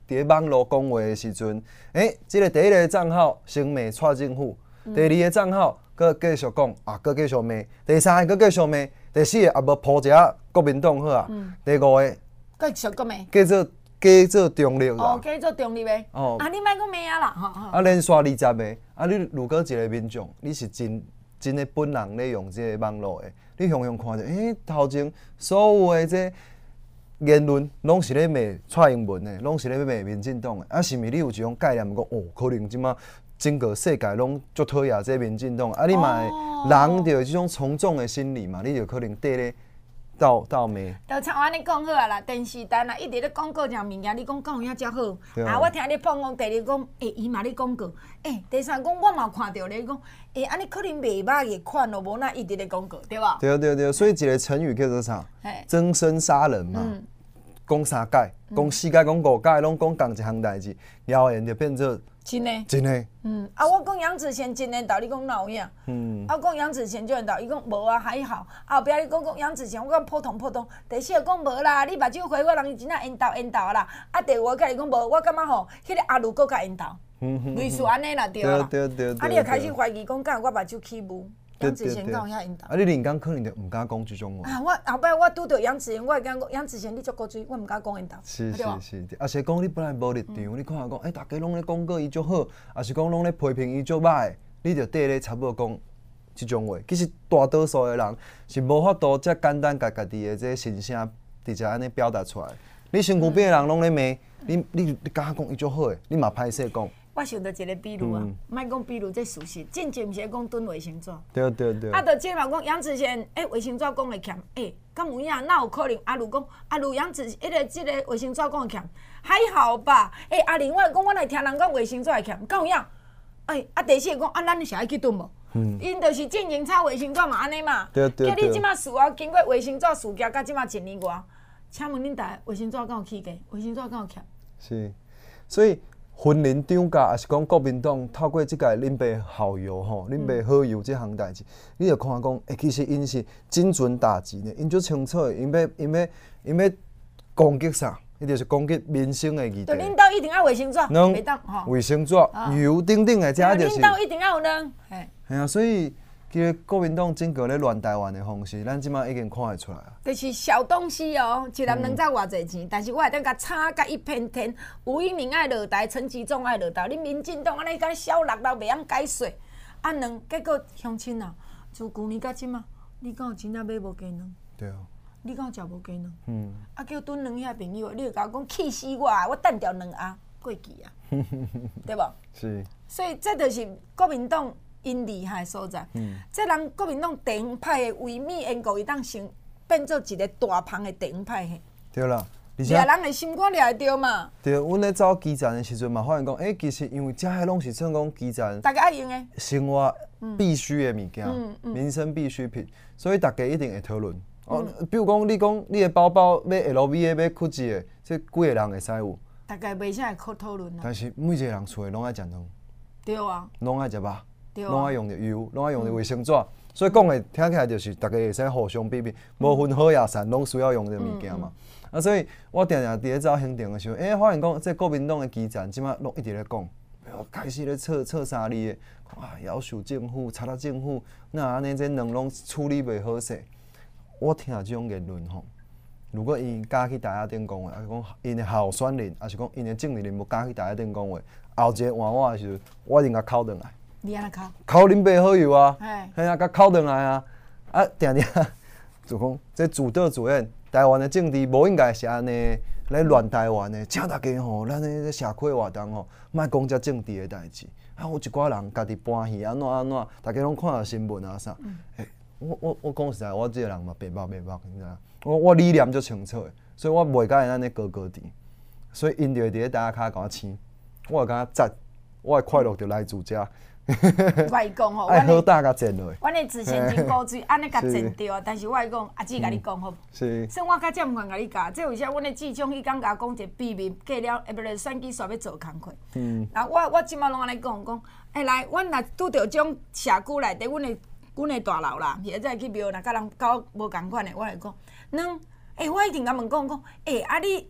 伫网络讲话的时阵，诶、欸，即、這个第一个账号先骂蔡政府，嗯、第二个账号佮继续讲啊，佮继续骂，第三个佮继续骂，第四个也无铺一下国民党好啊，嗯、第五个继续讲骂， 叫做加做中立啦。 哦，加做中立的。哦，啊，你莫讲骂啊啦，吼吼。 啊，连续二十个，啊，你如果一个民众，你是真真的本人咧用这个网络的，你雄雄看着，诶、欸，头前所有的这言论拢是咧骂蔡英文的，拢是咧骂民进党的，啊，是毋是你有一种概念讲，哦，可能即马整个世界拢足讨厌这民进党，啊，你嘛会人着有即种从众的心理嘛，你就可能缀咧。倒倒骂， 就像我安尼讲好啊啦，电视台啦一直咧广告一样物件，你讲讲有遐遮好，啊，我听你捧讲，第二讲，诶，伊嘛咧广告，诶，第三讲我嘛有看到咧讲，诶，安尼可能袂歹嘅款咯，无那一直咧广告，对吧？ 对对对，所以一个成语叫做啥？增生杀人嘛，讲三届，讲四届，讲五届，拢讲同一项代志，谣言就变做真诶， 真诶。 嗯，啊，我讲杨子贤真诶道，你讲哪有影？嗯，啊，讲杨子贤就人道，伊讲无啊，还好。后壁你讲讲杨子贤，我讲普通普通。第四个讲无啦，你目睭花我人真正缘投缘投啦。啊，第五个甲你讲无，我感觉吼，迄个阿鲁佫较缘投，类似安尼啦，对啦。 对对对。 啊，你就开始怀疑讲，敢我目睭起雾？杨子贤敢有遐缘投？ 啊，你连讲可能就毋敢讲即种话。 啊，我后摆我拄到杨子贤，我会讲杨子贤你足古锥，我毋敢讲缘投。 是是是，啊是讲你本来无立场，你看下讲，诶，大家拢咧讲过伊足好，啊是讲拢咧批评伊足歹，你就缀咧差不多讲即种话。其实大多数的人是无法度遮简单甲家己的这心声直接安尼表达出来。你身躯边的人拢咧骂，你你你敢讲伊足好诶，你嘛歹势讲。 我想到一个比如啊，莫讲比如这事实，真正毋是讲囤卫生纸。 对对对。 啊，就即嘛讲杨子贤，诶，卫生纸讲会欠，诶，敢有影？哪有可能？啊，如讲啊，如杨子迄个即个卫生纸讲会欠，还好吧？诶，啊，另外讲我来听人讲卫生纸会欠，敢有影？诶，啊，第四个讲啊，咱是爱去囤无？嗯。因著是进前炒卫生纸嘛，安尼嘛。 对对对。 叫你即马事后经过卫生纸事件，到即马一年外，请问恁大家卫生纸敢有起价？卫生纸敢有欠？ 是，所以。婚姻涨价，也是讲国民党透过即个恁爸好友吼，恁爸好友即项代志，你就看讲，诶，其实因是精准打击呢，因足清楚的，因要因要因要攻击啥，伊就是攻击民生的议题。 就恁兜一定要卫生纸，袂当吼。卫生纸、油等等的，遮就是。 恁兜一定要有呢，嘿。 系啊，所以。其实国民党整个咧乱台湾的方式，咱即马已经看会出来啊。 就是小东西哦，一人两兆偌济钱，但是我会当甲炒甲一片天。吴一鸣爱落台，陈其仲爱落台，你民进党安尼甲小六六袂晓解说，啊两结果乡亲啊，自旧年到即马，你敢有真正买无鸡卵？ 对啊。 你敢有食无鸡卵？ 嗯。 啊叫炖卵遐朋友，你就甲我讲气死我啊！我等掉两鸭过期啊，对无？ 是。 所以这就是国民党。因厉害所在，嗯，这人国民党地方派的维密因故，伊当成变做一个大胖的地方派嘿。 对啦， 而且人的心肝掠会着嘛。 对，阮咧走基站的时阵嘛，发现讲，诶、欸，其实因为遮个拢是算讲基站， 大家爱用的生活必须的物件，嗯嗯、民生必需品，所以大家一定会讨论。嗯、哦，比如讲，你讲你的包包买 L V 的，买 Gucci 的，这几个人会使有？ 大概袂啥会讨论啊。 但是每一个人厝的拢爱食汤。 对啊。 拢爱食肉。拢爱用着油，拢爱用着卫生纸，嗯、所以讲的听起来就是大家会使互相比比，无分好野善，拢需要用着物件嘛。嗯嗯、啊，所以我定定伫咧走行程的时候，诶、欸，发现讲这国民党的基站即马拢一直咧讲，开始咧测测啥哩的，啊，要求政府、查到政府，那安尼这两拢处理袂好势。我听即种言论吼，如果因敢去台下顶讲话，还是讲因的候选人，还是讲因的政治人物敢去台下顶讲话，后一个换我的时候，我一定甲敲转来。 你安尼考？ 考恁爸好友啊，嘿啊，甲考转来啊，啊，定定就讲这主导主任，台湾的政治无应该是安尼来乱台湾的，请大家吼，咱的社会活动吼，莫讲遮政治的代志。啊，有一寡人家己搬戏安怎安怎，大家拢看到新闻啊啥。嗯、欸，我我我讲实在，我即个人嘛白目白目，你知影？我我理念足清楚的，所以我袂甲因安尼高高低。所以因就会伫咧大家骹甲我青，我会甲他赞，我的快乐就来自遮。 我会讲吼， 爱好大甲剪落。 阮的之前真古锥，安尼甲剪掉，但是我会讲，阿姊甲你讲好。 是。 所以我较暂毋愿甲你教，这为啥阮的志忠伊刚甲我讲一个秘密，过了下晡日选举煞要做工课。嗯。然后我我即马拢安尼讲讲，哎来，阮若拄着种社区内底，阮的阮的大楼啦，现在去庙若甲人搞无共款的，我会讲，两，哎我一定甲问讲讲，哎啊你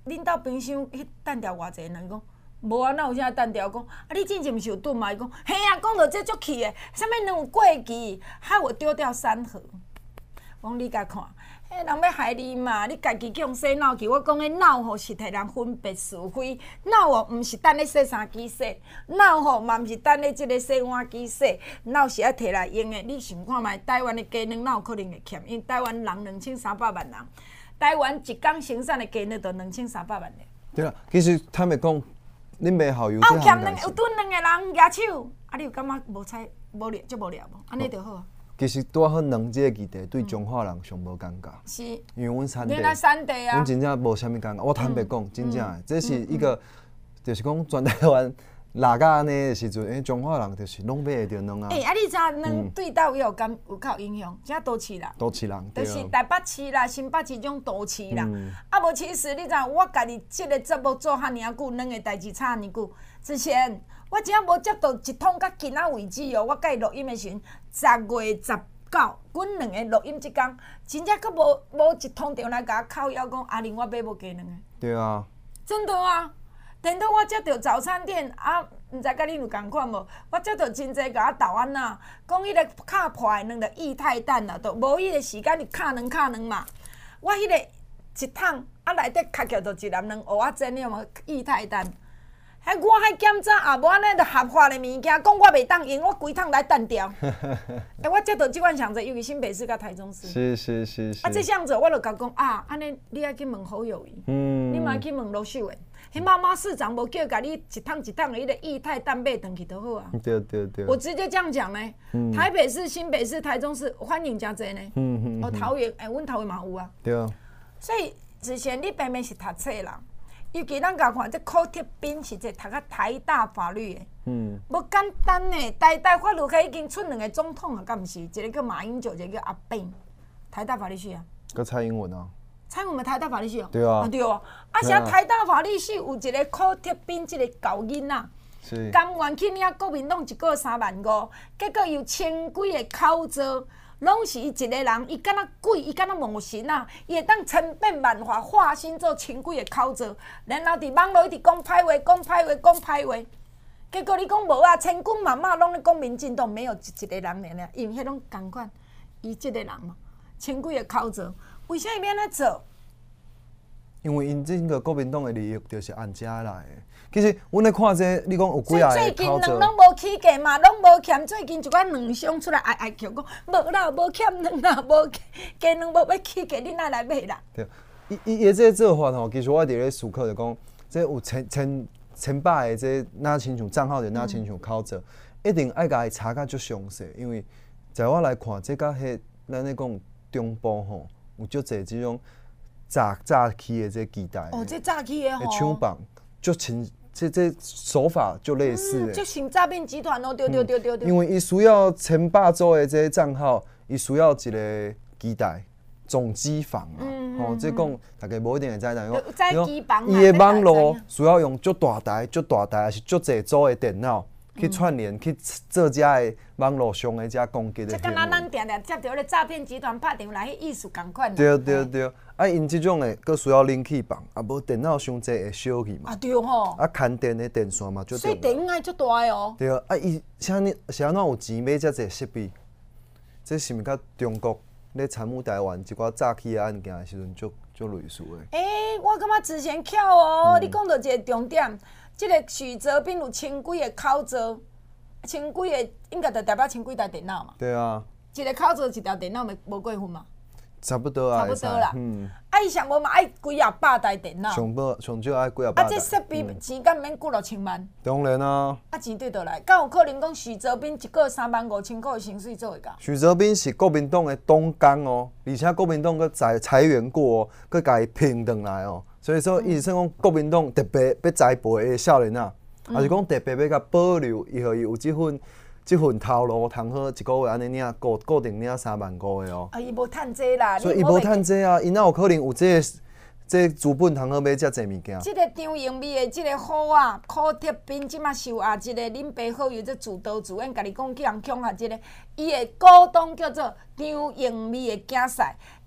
恁兜冰箱迄单条偌济呢？伊讲无啊，哪有啥单条？讲啊，你之前毋是有炖嘛？伊讲嘿啊，讲到这足气的，啥物能有过期，害我丢掉三盒。我讲你甲看，迄人要害你嘛？你家己用洗脑去，我讲迄脑吼是替人分别是非，脑哦毋是等咧洗衫机洗，脑吼嘛毋是等咧即个洗碗机洗，脑是爱摕来用的。你想看觅台湾的鸡卵哪有可能会欠？因为台湾人两千三百万人，台湾一工生产的鸡卵就两千三百万个。 对啦，其实坦白讲，恁卖校友啊， 这有欠两有蹲两个人举手，啊，你有感觉无采无聊，足无聊无？安尼就好啊。 其实拄好两即个议题对中华人上无尴尬， 是， 因为阮产地， 你那产地啊， 阮真正无啥物尴尬。我坦白讲，真正的，这是一个，就是讲全台湾哪甲安尼的时阵，诶，中华人就是拢买会着卵啊。 诶，啊，你知影卵对倒有感有较有影响？正都市啦， 都市人， 就对啊。 是台北市啦、新北市这种都市啦。啊，无其实你知影，我家己即个节目做遐尔久，两个代志差遐尔久。之前我真正无接到一通到今仔为止哦，我甲伊录音的时阵，十月十九，阮两个录音即工，真正佫无无一通电话来甲我靠腰讲，阿玲我买无鸡卵个。 对啊。 真的啊！等到我接到早餐店啊，毋知甲恁有共款无？我接到真侪甲我投案呐，讲迄个敲破的卵着液态氮啦，都无迄个时间你敲卵敲卵嘛。我迄个一桶啊内底敲起着一篮卵蚵仔煎了嘛，液态氮。迄我迄检查也无安尼着合法的物件，讲我袂当用，我规桶来单掉。哎，我接到即款上侪，尤其新北市甲台中市。 是是是是。 啊，这样子我就甲讲啊，安尼你爱去问侯友宜，嗯，你嘛去问罗秀燕，迄妈妈市长无叫甲你一桶一桶的迄个液态氮买转去就好啊。 对对对。 我直接这样讲呢，嗯、台北市、新北市、台中市欢迎真侪呢。嗯嗯。哦，桃园，哎、欸，阮桃园嘛有啊。 对啊。 所以之前你平平是读册人。尤其咱甲看，这柯铁斌是一个读啊台大法律的，嗯，无简单呢。台大法律系已经出两个总统啊，敢毋是？一个叫马英九，一个叫阿扁，台大法律系啊。 佮蔡英文啊。 蔡英文嘛台大法律系哦。 对啊。 啊对哦，啊像台大法律系有一个柯铁斌，一个狗囡仔， 是。甘愿去领国民党一个月三万五，结果有千几个口罩。拢是伊一个人，伊敢若鬼，伊敢若魔神啊！伊会当千变万化，化身做千几个口罩，然后伫网络一直讲歹话，讲歹话，讲歹话。结果你讲无啊，千军万马拢咧讲民进党，没有一个人尔尔，因为迄种共款，伊即个人嘛，千几个口罩，为啥伊要安尼做？ 因为因整个国民党的利益就是按遮来的。其实，阮咧看这，你讲有几啊个最近口罩？ 卵拢无起价嘛，拢无欠。最近一寡卵商出来哀哀叫讲，无啦，无欠卵啦，无鸡卵无要起价，你哪来买啦？ 对，伊伊伊这做法吼，其实我伫咧思考就讲，这有千千千百个这哪亲像账号就哪亲像口罩，一定爱甲伊查甲足详细，因为在我来看，这甲迄咱咧讲中部吼，有足侪即种诈诈欺的这期待。 哦，这诈欺的吼。 抢绑足亲。这这手法就类似的， 就像诈骗集团哦，对对对对对。 因为伊需要千百组的这账号，伊需要一个基台总机房啊。吼，即讲大家无一定会知，但是讲伊的网络需要用足大台、足大台，还是足侪组的电脑去串联，去做遮的网络上的遮攻击的。 即敢若咱定定接到咧诈骗集团拍电话来，迄意思共款。 对对对。啊，因即种诶，佫需要冷气房，啊，无电脑伤济会烧去嘛。 啊，对吼。 啊，牵电诶电线嘛，足重要。 所以电源爱足大诶哦。 对啊，啊，伊啥呢？是安怎有钱买遮济设备？这是毋甲中国咧参与台湾一寡诈欺诶案件诶时阵，足足类似诶。 诶、欸，我感觉之前巧哦，嗯、你讲到一个重点，即、这个许哲斌有千几个口罩，千几个应该就代表千几台电脑嘛。 对啊。 一个口罩一条电脑咪无过分嘛？ 差不多啊， 差不多啦。 嗯。 啊，伊上无嘛爱几啊百台电脑。 上无上少爱几啊百台。 啊，这设备钱敢免几落千万？ 当然啊。 啊，钱对倒来，敢有可能讲许哲斌一个月三万五千块的薪水做会到？ 许哲斌是国民党的党工哦，而且国民党佮裁裁员过哦，佮甲伊聘倒来哦，所以说伊算讲国民党特别要栽培的少年啊，还、嗯、是讲特别要甲保留，伊互伊有即份。即份头路，通好一个月安尼领固固定领三万五的哦。 啊，伊无趁济啦。 所以伊无趁济啊，伊哪有可能有这个这个资本通好买遮济物件？ 即个张盈美的即个好啊，柯铁斌即马收啊，一个恁爸好友这自导自演，甲你讲去人恐吓即个，伊的股东叫做张盈美的囝婿，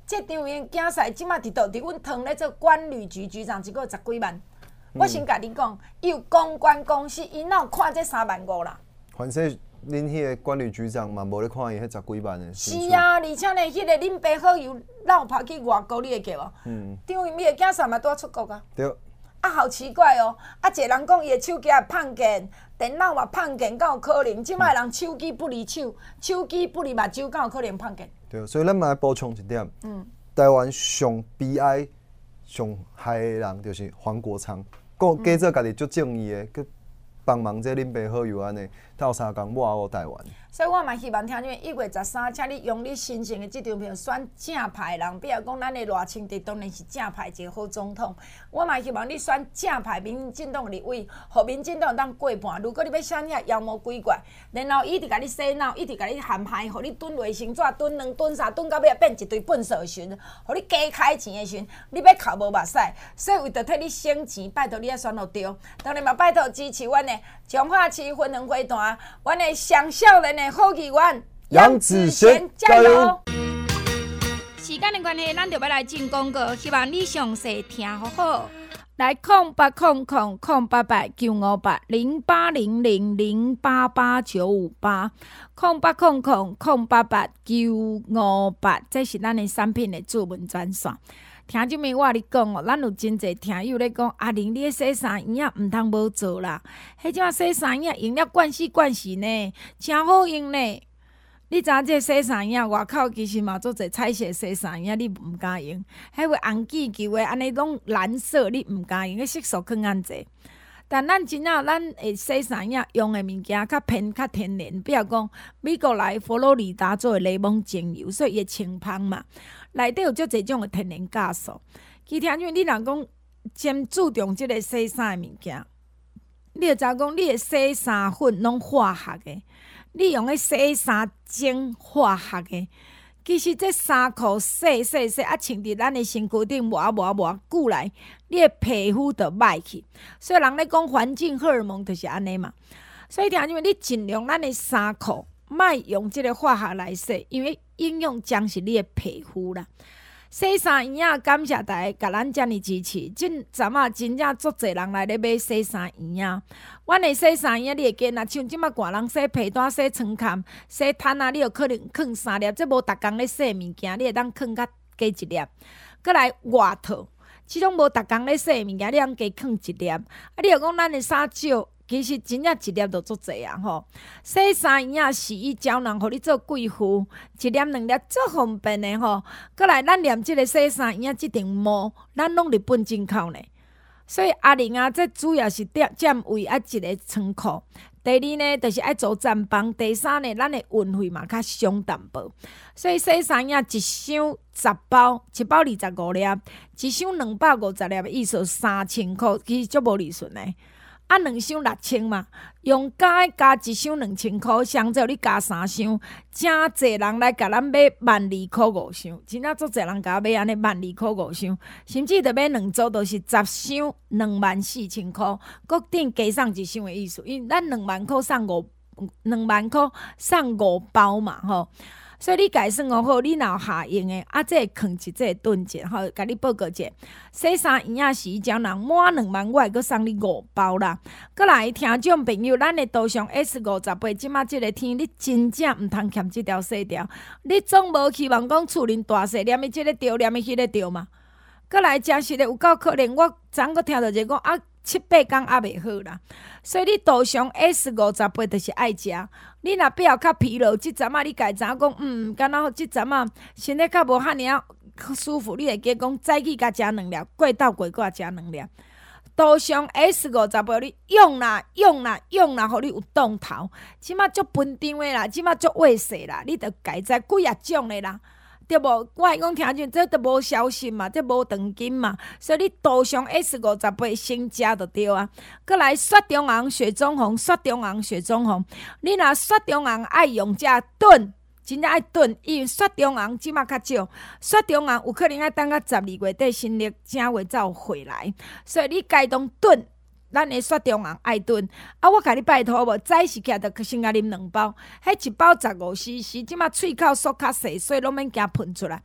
这场员竞赛即马伫倒？伫阮汤咧做管理局局长，一个十几万。我先甲你讲，伊有公关公司，伊哪有看这三万五啦？ 反正恁迄个管理局长嘛，无咧看伊迄十几万的。 是啊，而且呢，迄、那个恁爸好友闹跑去外国，你会记无？嗯。场员伊个竞赛嘛，拄啊出国啊。 对。 啊，好奇怪哦！啊，一个人讲伊的手机也碰见，电脑嘛碰见，敢有可能？即摆人手机不离手，手机不离目睭，敢有可能碰见？ 对，所以咱嘛来补充一点。嗯。台湾上悲哀、上害的人就是黄国昌。讲假做家己足正义的，去帮忙这恁爸好友安尼，斗相共抹黑台湾。 所以我嘛希望听众一月十三，请你用你新鲜的这张票选正派的人，比如讲咱的赖清德当然是正派一个好总统。我嘛希望你选正派民进党立委，互民进党当过半。如果你要选遐妖魔鬼怪，然后伊直甲你洗脑，伊直甲你陷害，互你蹲卫生纸，蹲两蹲三，蹲到尾变一堆粪扫群，互你加开钱的群，你要哭无目屎。所以为着替你省钱，拜托你要选到对。当然嘛，拜托支持阮的彰化市分两会团，阮的上少年的好议员杨子贤，加油！ 时间的关系，咱就要来进广告，希望你详细听好好。来，空八空空空八八九五八零八零零零八八九五八，空八空空空八八九五八，这是咱的产品的主文专线。听即面我咧讲哦，咱有真侪听友咧讲，阿玲，你咧洗衫衣啊，毋通无做啦。迄种洗衫衣用了惯死惯死呢，真好用呢。你知影这洗衫衣外口其实嘛做侪彩色洗衫衣，你毋敢用。迄个红气球的安尼拢蓝色，你毋敢用，迄色素更安济。但咱真正咱会洗衫衣用的物件较偏较天然，比如讲美国来佛罗里达做的柠檬精油，所以伊清芳嘛。内底有足侪种的天然酵素，其听因为你若讲真注重即个洗衫的物件，你就知影讲你的洗衫粉拢化学的，你用个洗衫精化学的，其实这衫裤洗洗洗啊，穿伫咱的身躯顶磨磨磨久来，你的皮肤就歹去。所以人咧讲环境荷尔蒙就是安尼嘛。所以听因为你尽量咱的衫裤莫用即个化学来洗，因为影响将是你的皮肤啦。洗衫衣啊，感谢大家甲咱遮尔支持。真阵啊，真正足侪人来咧买洗衫衣啊。阮的洗衫衣，你会记若像即马寒人洗被单、洗床垫、洗毯啊，你有可能放三粒，这无逐工咧洗物件，你会当放较加一粒。搁来外套，即种无逐工咧洗物件，你通加放一粒。啊，你若讲咱的衫少。其实真正一粒就足济啊吼！洗衫衣啊，洗衣胶囊，互你做贵妇，一粒两粒足方便的吼。过来，咱念即个洗衫衣啊，即顶毛，咱拢日本进口呢。所以阿玲啊，这主要是点占位啊一个仓库。第二呢，就是爱做毡房；第三呢，咱的运费嘛较伤淡薄。所以洗衫衣一箱十包，一包二十五粒，一箱两百五十粒，意思三千块，其实足无利润的。啊，两箱六千嘛，用加加一箱两千块，相较你加三箱，真侪人来甲咱买万二块五箱，真正足侪人甲我买安尼万二块五箱，甚至着买两组，都是十箱两万四千块，搁顶加送一箱的意思，因为咱两万块送五两万块送五包嘛吼。所以你家算哦好，你若有下用的，啊，这放一这炖者，吼，甲你报告者，洗衫衣啊，洗衣胶囊满两万，我会阁送你五包啦。阁来听众朋友，咱的道上 S 五十八，即马即个天，你真正毋通欠即条洗条，你总无希望讲厝邻大细念伊即个着，念伊迄个着嘛。阁来真实的有够可能，我昨个听到一个讲啊。七八工还袂好啦，所以你道上 S 五十八就是爱食。你若比较较疲劳，即阵啊，你家知影讲，嗯，敢若即阵啊，身体较无遐尔啊舒服，你会记讲早起甲食两粒，过昼过过食两粒。道上 S 五十八，你用啦用啦用啦，互你有动头。即马足分张的啦，即马足话细啦，你着家知几啊种的啦。对无？我会讲听见，这都无消息嘛，这无黄金嘛，所以你道上 S 五十八先食就对啊。过来雪中红、雪中红、雪中红、雪中红，你若雪中红爱用这炖，真正爱炖，因为雪中红即马较少，雪中红有可能爱等到十二月底新历正月才有回来，所以你该当炖。咱的雪中红爱炖，啊！我甲你拜托无，早时起来着先甲啉两包，迄一包十五 C C， 即马喙口缩较细，所以拢免惊喷出来。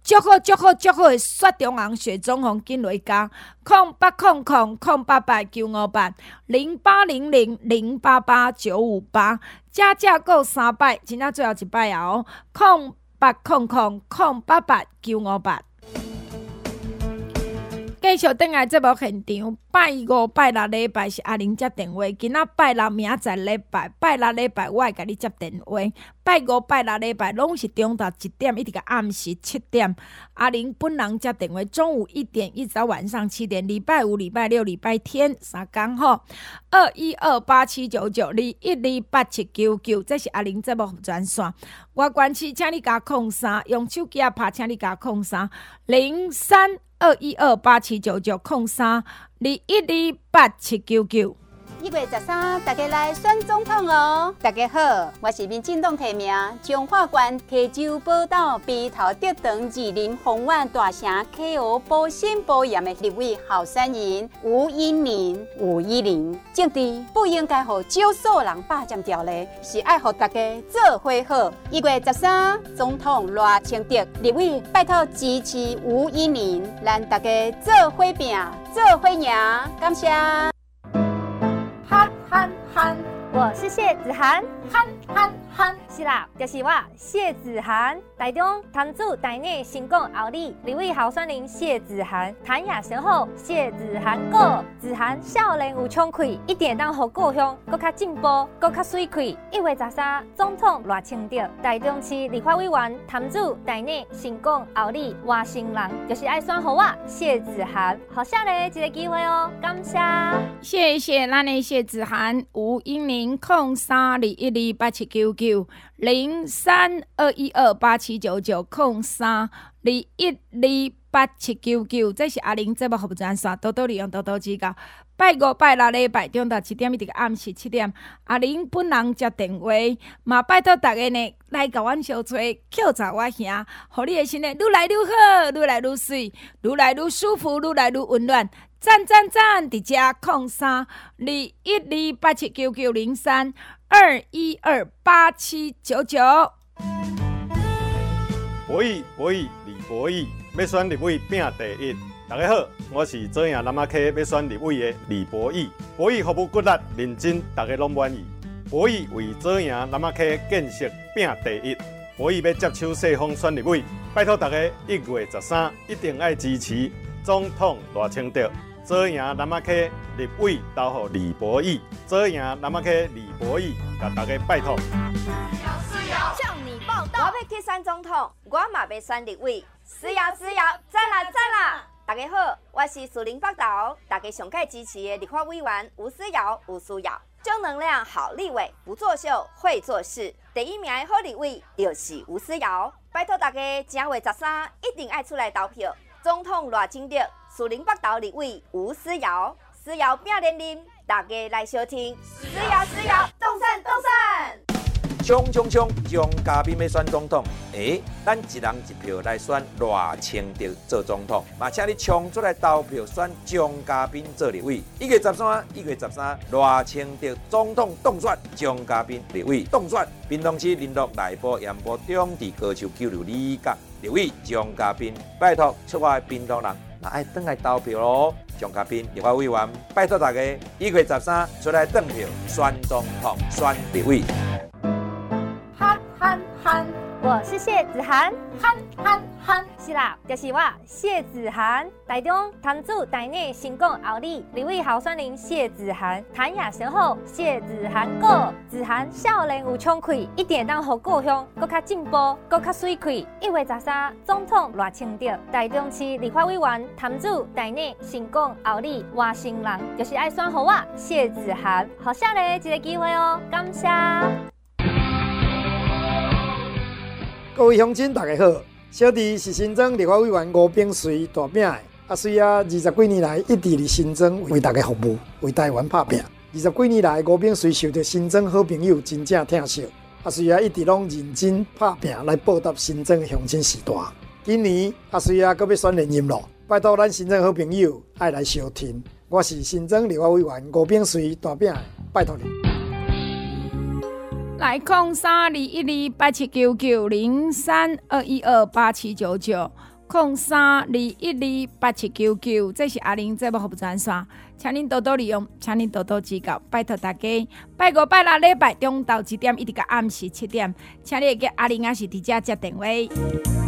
足好足好足好的雪中红雪中红紧来加，空八空空空八八九五八零八零零零八八九五八，加价够三摆，今仔最后一摆啊哦，空八空空空八八九五八。继续转来节目现场，拜五、拜六礼拜是阿玲接电话，今仔拜六明仔载礼拜，拜六礼拜我会甲你接电话。拜五、拜六礼拜拢是中昼一点一直到暗时七点，阿玲本人接电话，中午一点一直到晚上七点。礼拜五、礼拜六、礼拜天三天吼，二一二八七九九二一二八七九九，这是阿玲节目专线。我关市，请你加空三，用手机啊拍，请你加空三零三。二一二八七九九空三二一二八七九九。 一月十三，大家来选总统哦！大家好，我是民进党提名彰化县溪州宝岛鼻头竹塘二林红苑大城 K O 保心保严的立委候选人吴依玲。吴依玲，政治不应该让少数人霸占掉嘞，是爱让大家做伙好。一月十三，总统赖清德立委拜托支持吴依玲，让大家做伙拼，做伙赢，感谢。 憨憨憨， 我是谢子涵， 憨憨憨， 是啦，就是我谢子涵。台中潭子台内成功后里立委候选人谢子涵，谈也先好，谢子涵过，子涵少年有冲气，一定当互故乡搁较进步，搁较水气。一月十三，总统赖清德，台中市立法委员潭子台内成功后里外省人，就是爱选互我谢子涵，好下咧一个机会哦，感谢。 谢谢咱的谢子涵，吴英玲空三二一二八七九九零三二一二八七九九空三二一二八七九九，这是阿玲节目服务专线，多多利用，多多指教。拜五、拜六礼拜中昼七点一直到暗时七点，阿玲本人接电话，嘛拜托大家呢来甲阮相找，扣查我兄，互你的生活愈来愈好，愈来愈水，愈来愈舒服，愈来愈温暖。赞赞赞！伫遮空三二一二八七九九零三二一二八七九九。 博弈博弈李博弈，要选立委拼第一。大家好，我是左营南马溪要选立委的李博弈。博弈服务骨力认真，大家拢满意。博弈为左营南马溪建设拼第一。博弈要接手细方选立委，拜托大家一月十三一定要支持总统赖清德。左营南马溪立委投予李博弈，左营南马溪李博弈，甲大家拜托。 向你报道，我要去选总统，我嘛要选立委，需要需要，赞啦赞啦！大家好，我是树林北投，大家上届支持的立法委员吴思瑶，吴思瑶，正能量好立委，不作秀会做事，第一名的好立委就是吴思瑶，拜托大家正月十三一定爱出来投票。总统赖清德，树林北投立委吴思瑶，思瑶拼连任，大家来收听。思瑶思瑶，动身动身！ 冲冲冲！蒋家彬要选总统，诶，咱一人一票来选赖清德做总统，嘛，请你冲出来投票选蒋家彬做立委。一月十三，一月十三，赖清德总统当选，蒋家彬立委当选。屏东市林鹿内埔盐埔中地高球九六里角。立委蒋家彬，拜托出我的屏东人，那爱登来投票咯。蒋家彬立法委员，拜托大家一月十三出来登票，选总统、选立委。 憨憨憨， 我是谢子涵， 憨憨憨， 是啦，就是我谢子涵。台中潭子台内成功后里立委候选人谢子涵，谈也先好，谢子涵过，子涵少年有冲气，一定当互故乡搁较进步，搁较水气。一月十三，总统赖清德，台中市立法委员潭子台内成功后里外省人，就是爱选互我谢子涵，好下咧一个机会哦，感谢。 各位乡亲，大家好，小弟是新庄立法委员吴炳随大名的，啊，虽啊二十几年来一直伫新庄为大家服务，为台湾打拼。二十几年来，吴炳随受到新庄好朋友真正疼惜，啊，虽啊一直拢认真打拼来报答新庄的乡亲时代。今年啊，虽啊搁要选连任咯，拜托咱新庄好朋友爱来相挺。我是新庄立法委员吴炳随大名的，拜托你。 来空三二一二八七九九零三二一二八七九九零三二一二八七九九，这是阿玲节目服务专线，请您多多利用，请您多多指教，拜托大家。拜五拜六礼拜中昼一点一直到暗时七点，请你会记阿玲也是伫遮接电话。